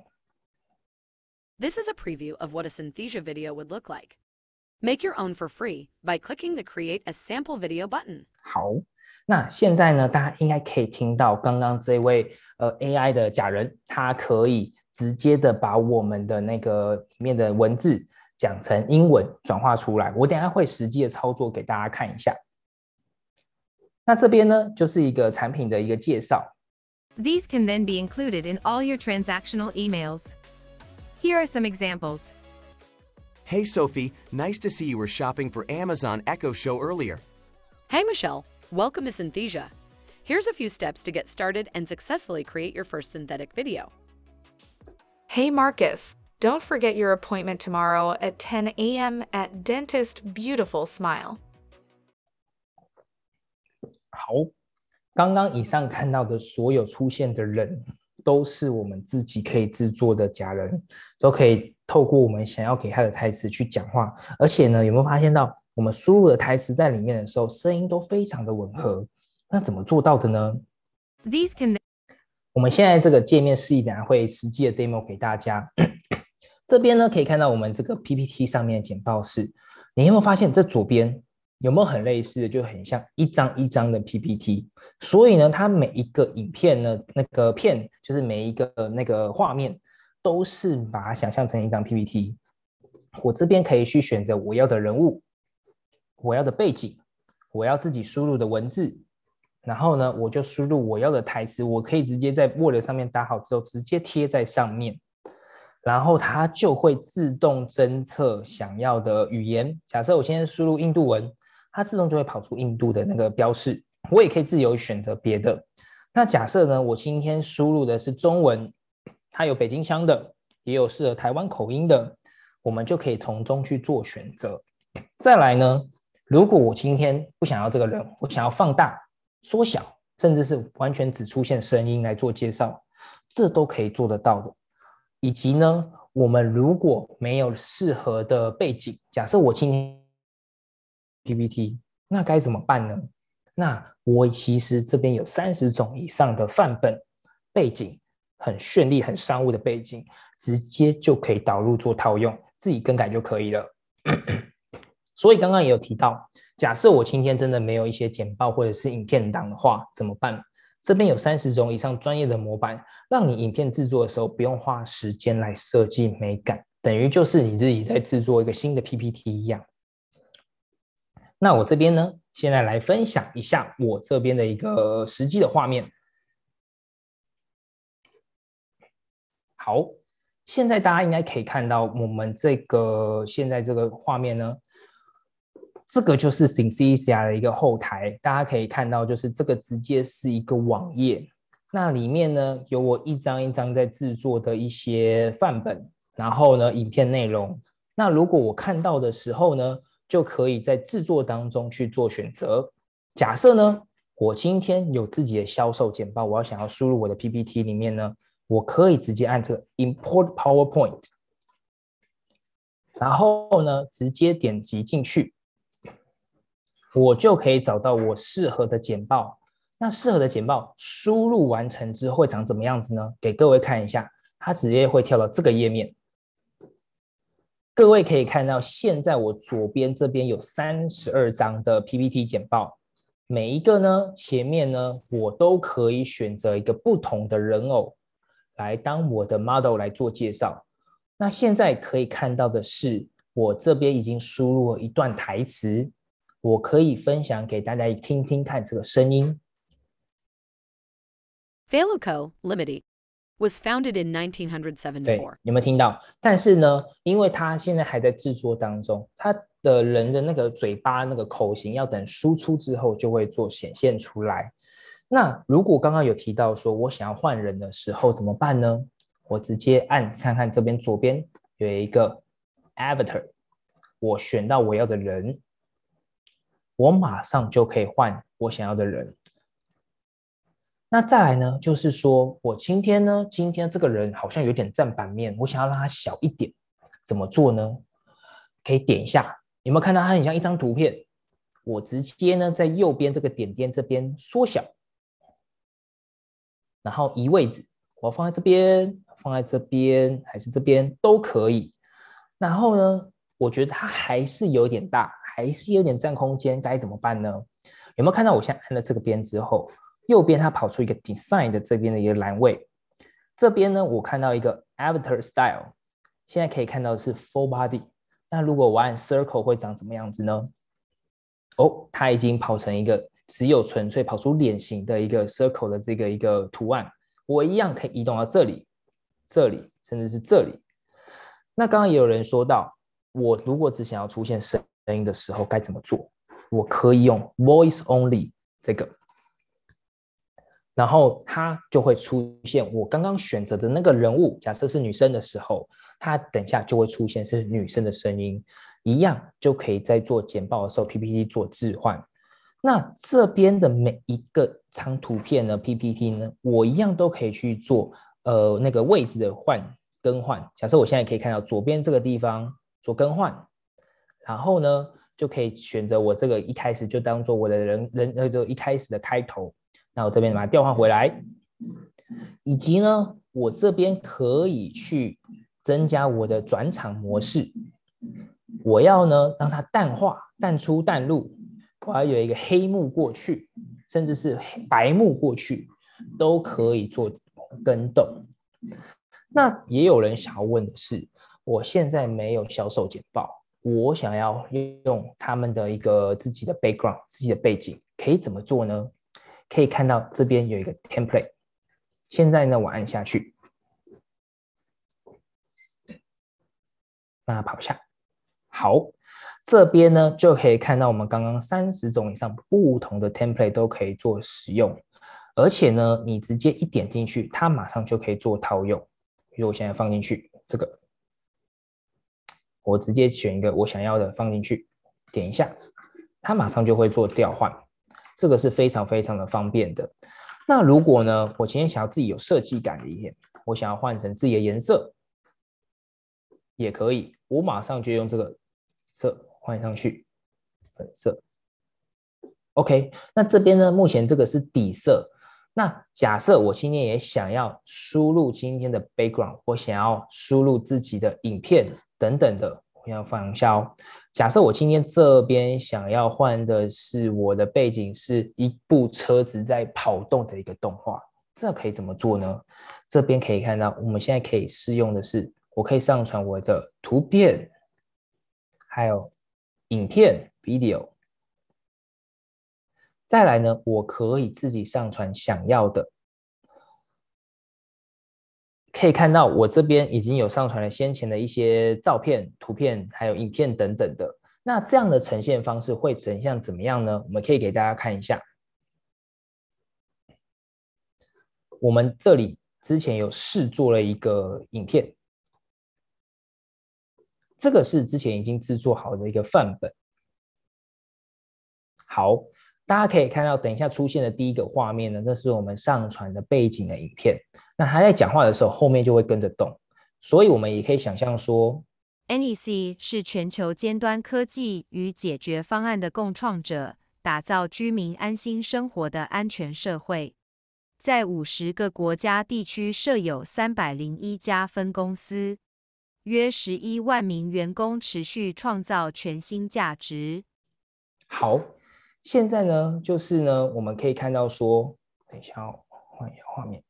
This is a preview of what a Synthesia video would look like. Make your own for free by clicking the Create a Sample Video button. 好，那现在呢，大家应该可以听到刚刚这位AI 的假人，他可以直接的把我们的那个里面的文字讲成英文转化出来。我等一下会实际的操作给大家看一下。那这边呢，就是一个产品的一个介绍。 These can then be included in all your transactional emails. Here are some examples. Hey Sophie, nice to see you were shopping for Amazon Echo Show earlier. Hey Michelle, welcome to Synthesia. Here's a few steps to get started and successfully create your first synthetic video. Hey Marcus, don't forget your appointment tomorrow at 10 a.m. at Dentist Beautiful Smile. 好，刚刚以上看到的所有出现的人，都是我们自己可以制作的假人，都可以透过我们想要给他的台词去讲话。而且呢，有没有发现到我们输入的台词在里面的时候，声音都非常的吻合？那怎么做到的呢？ These can 我们现在这个界面示意等下会实际的 demo 给大家。这边呢可以看到我们这个 PPT 上面的简报是，你有没有发现这左边有没有很类似的，就很像一张一张的 PPT。所以呢，它每一个影片呢，那个片就是每一个那个画面，都是把它想象成一张 PPT。我这边可以去选择我要的人物，我要的背景，我要自己输入的文字。然后呢，我就输入我要的台词，我可以直接在 Word 上面打好之后，直接贴在上面，然后它就会自动侦测想要的语言。假设我现在输入印度文，它自动就会跑出印度的那个标示。我也可以自由选择别的。那假设呢，我今天输入的是中文，它有北京腔的，也有适合台湾口音的，我们就可以从中去做选择。再来呢，如果我今天不想要这个人，我想要放大、缩小，甚至是完全只出现声音来做介绍，这都可以做得到的。以及呢，我们如果没有适合的背景，假设我今天 PPT， 那该怎么办呢？那我其实这边有30种以上的范本背景，很绚丽、很商务的背景，直接就可以导入做套用，自己更改就可以了。所以刚刚也有提到，假设我今天真的没有一些简报或者是影片档的话，怎么办？这边有30种以上专业的模板，让你影片制作的时候不用花时间来设计美感，等于就是你自己在制作一个新的 PPT 一样。那我这边呢，现在来分享一下我这边的一个实际的画面。好，现在大家应该可以看到我们这个现在这个画面呢，这个就是 Synthesia 的一个后台，大家可以看到，就是这个直接是一个网页，那里面呢有我一张一张在制作的一些范本，然后呢影片内容。那如果我看到的时候呢，就可以在制作当中去做选择。假设呢，我今天有自己的销售简报，我要想要输入我的 PPT 里面呢，我可以直接按这个 Import PowerPoint， 然后呢直接点击进去。我就可以找到我适合的简报。那适合的简报输入完成之后会长怎么样子呢？给各位看一下，它直接会跳到这个页面。各位可以看到，现在我左边这边有32张的 PPT 简报，每一个呢前面呢我都可以选择一个不同的人偶来当我的 model 来做介绍。那现在可以看到的是，我这边已经输入了一段台词。我可以分享给大家听听看这个声音。 Faluco Limited was founded in 对， 1974. 有没有听到？但是呢，因为它现在还在制作当中，它的人的那个嘴巴那个口型要等输出之后就会做显现出来。那如果刚刚有提到说我想要换人的时候怎么办呢？我直接按看看这边左边有一个 Avatar， 我选到我要的人。我马上就可以换我想要的人。那再来呢，就是说我今天这个人好像有点占版面，我想要让它小一点，怎么做呢？可以点一下，有没有看到它很像一张图片？我直接呢在右边这个点点这边缩小，然后移位置，我放在这边，放在这边，还是这边都可以。然后呢，我觉得它还是有点大，还是有点占空间，该怎么办呢？有没有看到我现在按了这个边之后，右边它跑出一个 Design 的这边的一个栏位，这边呢我看到一个 Avatar Style， 现在可以看到的是 Full Body， 那如果我按 circle 会长怎么样子呢？哦，它已经跑成一个只有纯粹跑出脸型的一个 circle 的这个一个图案，我一样可以移动到这里、这里，甚至是这里。那刚刚也有人说到，我如果只想要出现声音的时候该怎么做？我可以用 voice only 这个，然后它就会出现我刚刚选择的那个人物，假设是女生的时候，它等一下就会出现是女生的声音，一样就可以在做简报的时候 PPT 做置换。那这边的每一个张图片呢 PPT 呢，我一样都可以去做那个位置的更換。假设我现在可以看到左边这个地方做更换，然后呢就可以选择我这个一开始就当做我的一开始的开头。那我这边把它调换回来，以及呢，我这边可以去增加我的转场模式。我要呢让它淡化、淡出、淡入，我要有一个黑幕过去，甚至是白幕过去，都可以做更动。那也有人想要问的是，我现在没有销售简报，我想要用他们的一个自己的 background、自己的背景，可以怎么做呢？可以看到这边有一个 template， 现在呢我按下去，让它跑下。好，这边呢就可以看到我们刚刚30种以上不同的 template 都可以做使用，而且呢你直接一点进去，它马上就可以做套用。比如我现在放进去这个，我直接选一个我想要的放进去，点一下，它马上就会做调换。这个是非常非常的方便的。那如果呢，我今天想要自己有设计感的一点，我想要换成自己的颜色，也可以，我马上就用这个色换上去，粉色。OK， 那这边呢，目前这个是底色。那假设我今天也想要输入今天的 background， 我想要输入自己的影片等等的。我要放一下哦。假设我今天这边想要换的是我的背景是一部车子在跑动的一个动画，这可以怎么做呢？这边可以看到，我们现在可以试用的是，我可以上传我的图片，还有影片 video。再来呢，我可以自己上传想要的。可以看到我这边已经有上传了先前的一些照片、图片，还有影片等等的。那这样的呈现方式会呈现怎么样呢？我们可以给大家看一下。我们这里之前有试做了一个影片，这个是之前已经制作好的一个范本。好，大家可以看到，等一下出现的第一个画面呢，那是我们上传的背景的影片。那他在讲话的时候，后面就会跟着动，所以我们也可以想象说 NEC 是全球尖端科技与解决方案的共创者，打造居民安心生活的安全社会。在50个国家地区设有301家分公司，约11万名员工，持续创造全新价值。 好，现在呢，就是呢，我们可以看到说，等一下哦，换一下画面。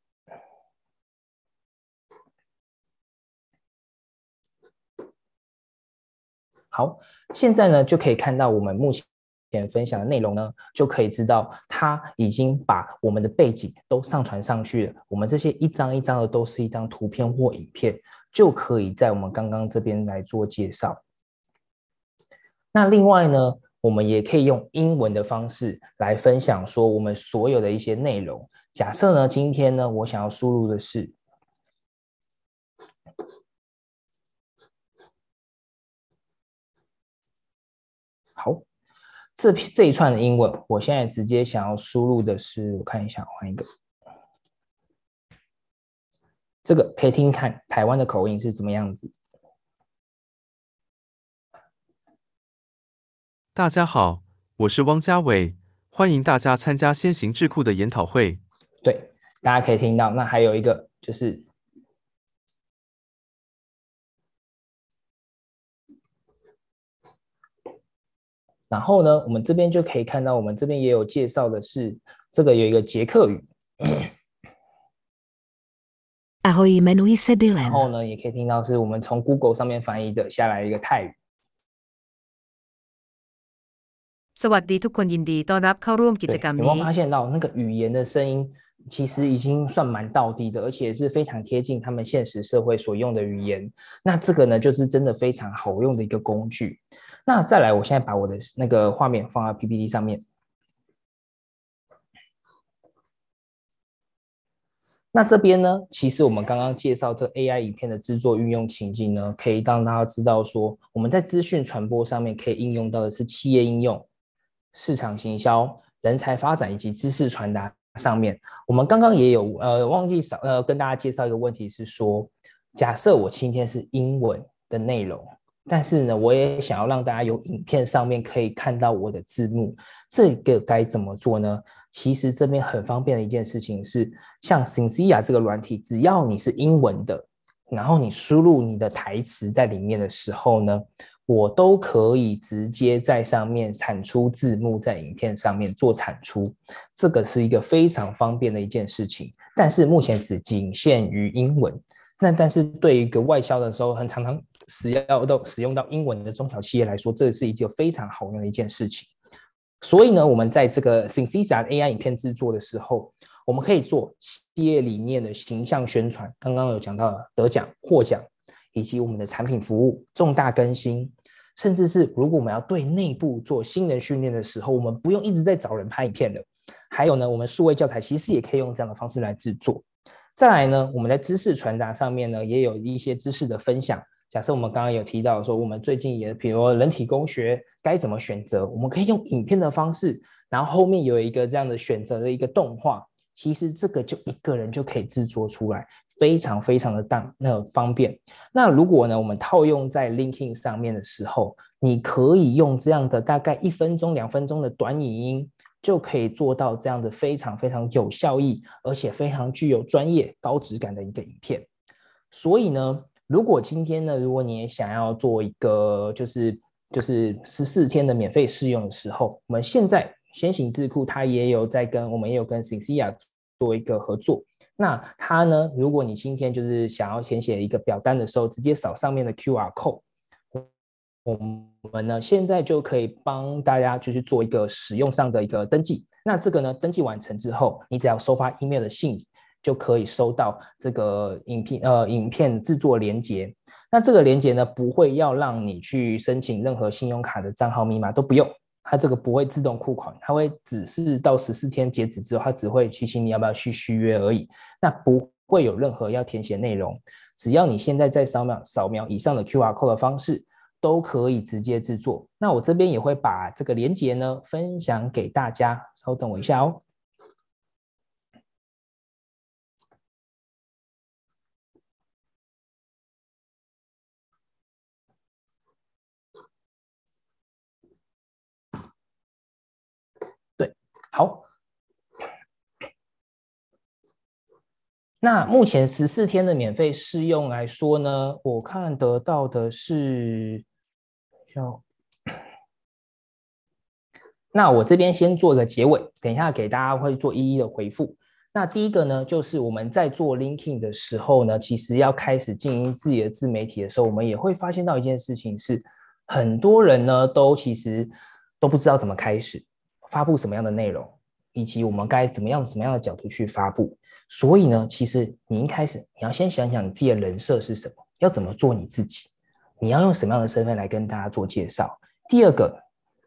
好，现在呢就可以看到我们目前分享的内容呢，就可以知道它已经把我们的背景都上传上去了。我们这些一张一张的都是一张图片或影片，就可以在我们刚刚这边来做介绍。那另外呢，我们也可以用英文的方式来分享说我们所有的一些内容。假设呢，今天呢，我想要输入的是好，这一串的英文，我现在直接想要输入的是，我看一下，换一个，这个可以听看台湾的口音是怎么样子。 大家好，我是汪家伟，欢迎大家参加先行智库的研讨会。 对，大家可以听到。那还有一个就是。然后呢，我们这边就可以看到，我们这边也有介绍的是，这个有一个捷克语。然后呢，也可以听到是我们从 Google 上面翻译的下来一个泰语。 สวัสดีทุกคนยินดีต้อนรับเข้าร่วมกิจกรรม有没有นี้发现到那个语言的声音其实已经算蛮道地的，而且是非常贴近他们现实社会所用的语言。那这个呢，就是真的非常好用的一个工具。那再来，我现在把我的那个画面放到 PPT 上面。那这边呢，其实我们刚刚介绍这 AI 影片的制作运用情境呢，可以让大家知道说，我们在资讯传播上面可以应用到的是企业应用、市场行销、人才发展以及知识传达上面。我们刚刚也有忘记跟大家介绍一个问题是说，假设我今天是英文的内容，但是呢，我也想要让大家有影片上面可以看到我的字幕，这个该怎么做呢？其实这边很方便的一件事情是，像 Synsia 这个软体，只要你是英文的，然后你输入你的台词在里面的时候呢，我都可以直接在上面产出字幕，在影片上面做产出，这个是一个非常方便的一件事情，但是目前只仅限于英文。那但是对于一个外销的时候，很常使用到英文的中小企业来说，这是一件非常好用的一件事情。所以呢，我们在这个 Synthesia AI 影片制作的时候，我们可以做企业理念的形象宣传，刚刚有讲到得奖、获奖，以及我们的产品服务、重大更新，甚至是如果我们要对内部做新人训练的时候，我们不用一直在找人拍影片了。还有呢，我们数位教材其实也可以用这样的方式来制作。再来呢，我们在知识传达上面呢，也有一些知识的分享。假设我们刚刚有提到说，我们最近也比如人体工学该怎么选择，我们可以用影片的方式，然后后面有一个这样的选择的一个动画，其实这个就一个人就可以制作出来，非常非常的方便。那如果呢，我们套用在 LinkedIn 上面的时候，你可以用这样的大概1分钟、2分钟的短影音，就可以做到这样的非常非常有效益，而且非常具有专业高质感的一个影片。所以呢，如果今天呢，如果你也想要做一个就是14天的免费试用的时候，我们现在先行智库它也有我们也有跟 Synsia 做一个合作。那它呢，如果你今天就是想要填写一个表单的时候，直接扫上面的 QR code， 我们呢现在就可以帮大家就是做一个使用上的一个登记。那这个呢，登记完成之后，你只要收发 email 的信，就可以收到这个影片制作连结。那这个连结呢，不会要让你去申请任何信用卡的账号密码，都不用，它这个不会自动库款，它会只是到14天截止之后，它只会提醒你要不要去续约而已。那不会有任何要填写内容，只要你现在在扫描以上的 QR code 的方式，都可以直接制作。那我这边也会把这个连结呢分享给大家，稍等我一下哦。好，那目前14天的免费试用来说呢，我看得到的是，那我这边先做个结尾，等一下给大家会做一一的回复。那第一个呢，就是我们在做 LinkedIn 的时候呢，其实要开始经营自己的自媒体的时候，我们也会发现到一件事情是，很多人呢其实都不知道怎么开始发布什么样的内容，以及我们该什么样的角度去发布。所以呢，其实你一开始你要先想想你自己的人设是什么，要怎么做你自己，你要用什么样的身份来跟大家做介绍。第二个，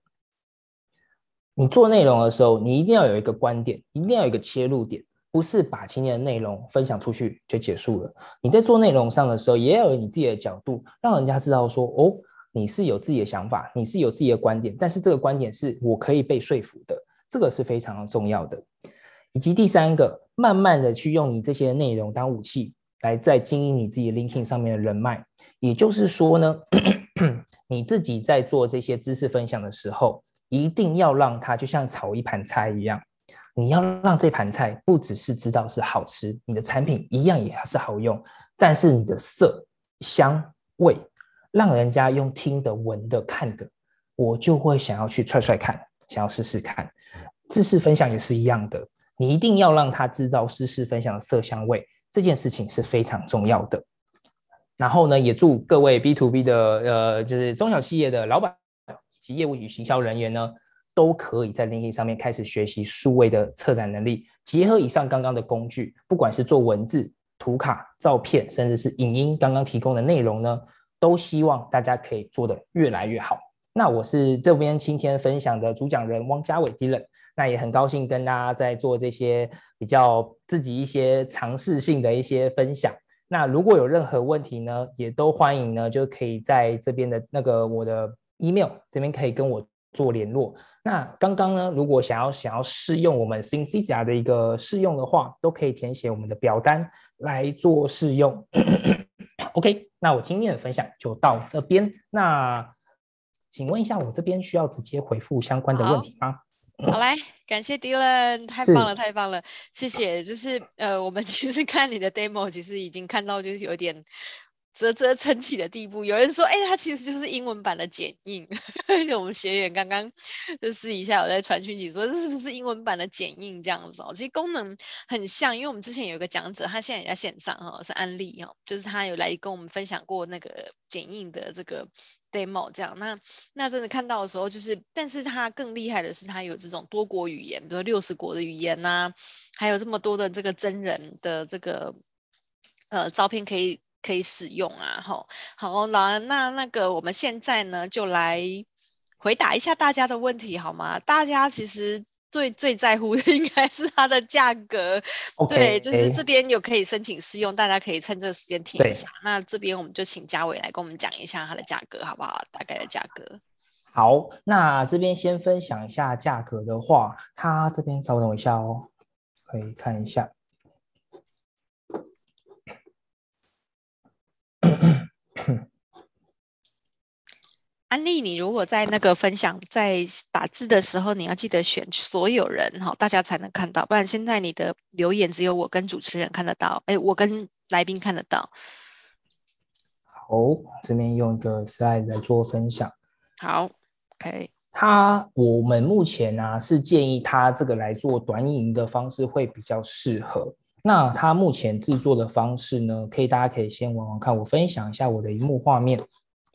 你做内容的时候，你一定要有一个观点，一定要有一个切入点，不是把今天的内容分享出去就结束了。你在做内容上的时候，也要有你自己的角度，让人家知道说，哦，你是有自己的想法，你是有自己的观点，但是这个观点是我可以被说服的，这个是非常重要的。以及第三个，慢慢的去用你这些内容当武器，来再经营你自己 LinkedIn 上面的人脉。也就是说呢，你自己在做这些知识分享的时候，一定要让它就像炒一盘菜一样，你要让这盘菜不只是知道是好吃，你的产品一样也是好用，但是你的色、香、味，让人家用听的、闻的、看的，我就会想要去踹看，想要试试看。知识分享也是一样的，你一定要让它制造知识分享的色香味，这件事情是非常重要的。然后呢，也祝各位 B2B 的就是中小企业的老板以及业务与行销人员呢， 都可以在 LinkedIn 上面开始学习数位的策展能力，结合以上刚刚的工具，不管是做文字、图卡、照片，甚至是影音刚刚提供的内容呢，都希望大家可以做得越来越好。那我是这边今天分享的主讲人汪家伟 Dylan， 那也很高兴跟大家在做这些比较自己一些尝试性的一些分享。那如果有任何问题呢，也都欢迎呢，就可以在这边的那个我的 email 这边可以跟我做联络。那刚刚呢，如果想要试用我们 Synthesia 的一个试用的话，都可以填写我们的表单来做试用。OK， 那我今天的分享就到这边。那请问一下，我这边需要直接回复相关的问题吗？ 好来，感谢 Dylan， 太棒了，太棒了，谢谢。就是我们其实看你的 demo， 其实已经看到就是有点啧啧称奇的地步。有人说，它其实就是英文版的剪映。我们学员刚刚就私底下有在传讯息说，这是不是英文版的剪映这样子哦？其实功能很像，因为我们之前有一个讲者，他现在也在线上哈，是安利哈，就是他有来跟我们分享过那个剪映的这个 demo 这样。那真的看到的时候，就是但是他更厉害的是，他有这种多国语言，比如60国的语言呐，还有这么多的这个真人的这个照片可以使用啊。好，那个我们现在呢就来回答一下大家的问题好吗？大家其实最在乎的应该是它的价格。对，就是这边有可以申请试用，大家可以趁这个时间听一下。那这边我们就请家伟来跟我们讲一下它的价格好不好？大概的价格。 好，那这边先分享一下价格的话，它这边稍等我一下哦，可以看一下。 安利，你如果在那个分享在打字的时候，你要记得选所有人大家才能看到，不然现在你的留言只有我跟主持人看得到，我跟来宾看得到。 好，这边用一个 slide 来做分享。 好 ，OK。 我们目前是建议他这个来做短影音的方式会比较适合。那他目前制作的方式呢，大家可以先玩玩看。我分享一下我的萤幕画面。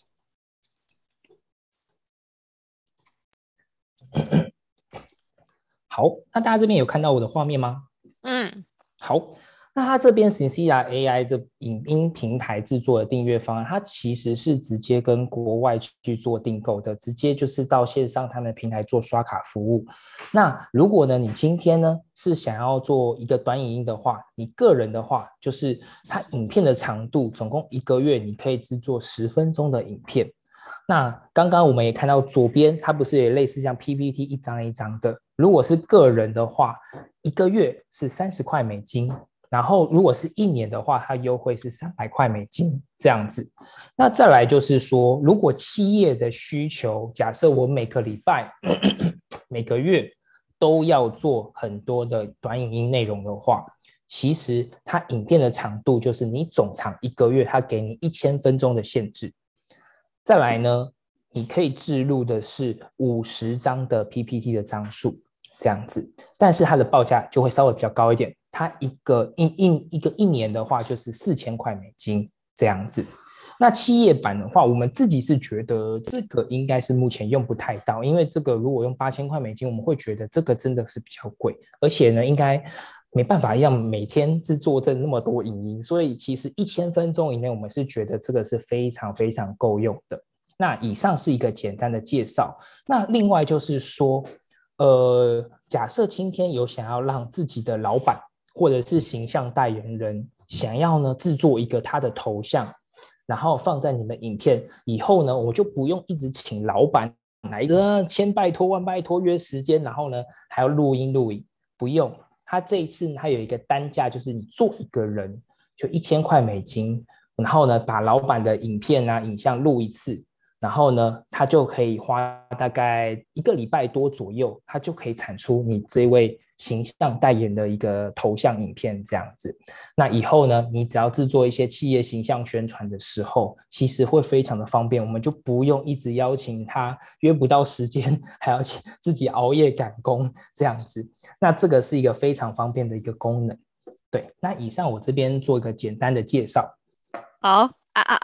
好，那大家这边有看到我的画面吗？好，那它这边 Synthesia AI 的影音平台制作的订阅方案，它其实是直接跟国外去做订购的，直接就是到线上他们的平台做刷卡服务。那如果呢，你今天呢是想要做一个短影音的话，你个人的话，就是它影片的长度，总共1个月你可以制作10分钟的影片。那刚刚我们也看到左边，它不是也类似像 PPT 一张一张的？如果是个人的话，1个月是30块美金，然后如果是1年的话，它优惠是300块美金这样子。那再来就是说，如果企业的需求，假设我每个礼拜、每个月都要做很多的短影音内容的话，其实它影片的长度就是你总长1个月，它给你1000分钟的限制。再来呢，你可以置入的是50张的 PPT 的张数这样子，但是它的报价就会稍微比较高一点，它一年的话就是4000块美金这样子。那企业版的话，我们自己是觉得这个应该是目前用不太到，因为这个如果用8000块美金，我们会觉得这个真的是比较贵，而且呢，应该没办法让每天制作这那么多影音，所以其实1000分钟以内，我们是觉得这个是非常非常够用的。那以上是一个简单的介绍。那另外就是说，假设今天有想要让自己的老板或者是形象代言人想要呢制作一个他的头像，然后放在你们影片以后呢，我就不用一直请老板来千拜托万拜托约时间，然后呢还要录音，不用。他这一次他有一个单价，就是你做一个人就1000块美金，然后呢把老板的影片影像录一次，然后呢他就可以花大概1个礼拜多左右，他就可以产出你这位形象代言的一个头像影片这样子。那以后呢，你只要制作一些企业形象宣传的时候，其实会非常的方便，我们就不用一直邀请他，约不到时间还要自己熬夜赶工这样子。那这个是一个非常方便的一个功能。对，那以上我这边做一个简单的介绍。 好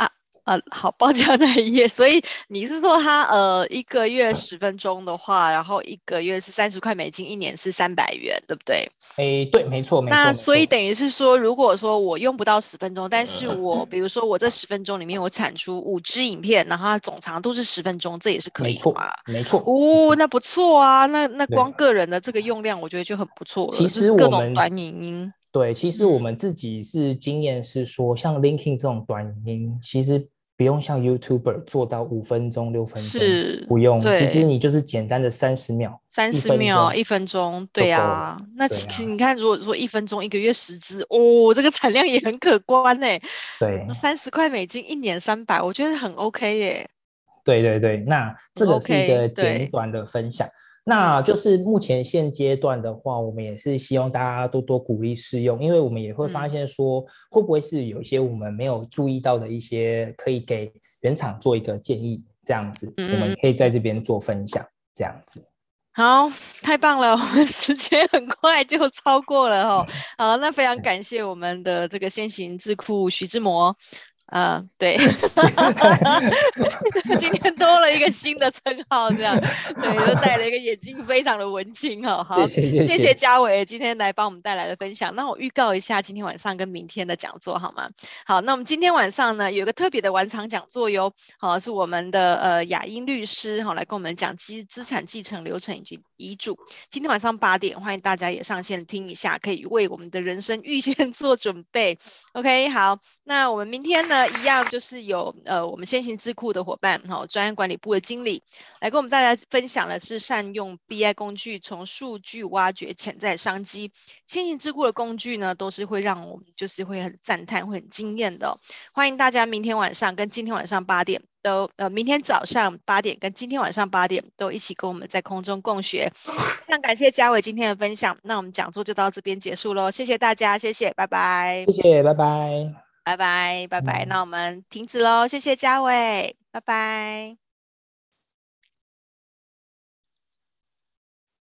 好，报价那一页，所以你是说他1个月10分钟的话，然后1个月是30块美金，1年是300元，对不对？ 对，没错，没错， 那没错。 所以等于是说，如果说我用不到10分钟，但是比如说我这10分钟里面我产出5支影片，然后它总长度是10分钟，这也是可没错， 以的嘛？ 没错。 哦，那不错啊，那对光个人的这个用量，我觉得就很不错了， 其就是各实我们种短影音。 对，其实我们自己是经验是说，像 LinkedIn 这种短影音，其实不用像 YouTuber 做到5分钟、6分钟， 是， 不用。其实对， 你就是简单的30秒、1 30秒、 分钟 1分钟， 就对够了。 啊。那对啊， 其实你看，如果说1分钟1个月10支，哦，这个产量也很可观呢。 对， 30块美金，1年300，我觉得很 OK 耶， 对对对。那很这个是一 OK。 个简对， 短的分享。 嗯那就是目前现阶段的话，我们也是希望大家多多鼓励试用，因为我们也会发嗯现说，会不会是有一些我们没有注意到的一些，可以给原厂做一个建议，这样子，我们可以在这边做分享，这样子。 好，太棒了，我们时间很快就超过了哦。好，那非常感谢我们的这个先行智库徐志摩。对，今天多了一个新的称号，这样，对，又戴了一个眼镜，非常的文青哈。好， 谢谢谢谢谢。 嘉伟今天来帮我们带来的分享。那我预告一下今天晚上跟明天的讲座好吗？好，那我们今天晚上呢有一个特别的晚场讲座哟，好，是我们的雅英律师来跟我们讲资产继承流程以及遗嘱。今天晚上8点，欢迎大家也上线听一下，可以为我们的人生预先做准备。OK， 好，那我们明天呢一样就是有我们先行智库的伙伴，专案管理部的经理来跟我们大家分享的是善用 BI 工具，从数据挖掘潜在商机。先行智库的工具呢，都是会让我们就是会很赞叹，会很惊艳的欢迎大家明天晚上跟今天晚上8点都明天早上8点跟今天晚上8点都一起跟我们在空中共学。非常感谢嘉伟今天的分享，那我们讲座就到这边结束咯，谢谢大家，谢谢，拜拜。 谢谢，拜拜。 拜拜，拜拜。那我们停止喽，谢谢嘉伟，拜拜。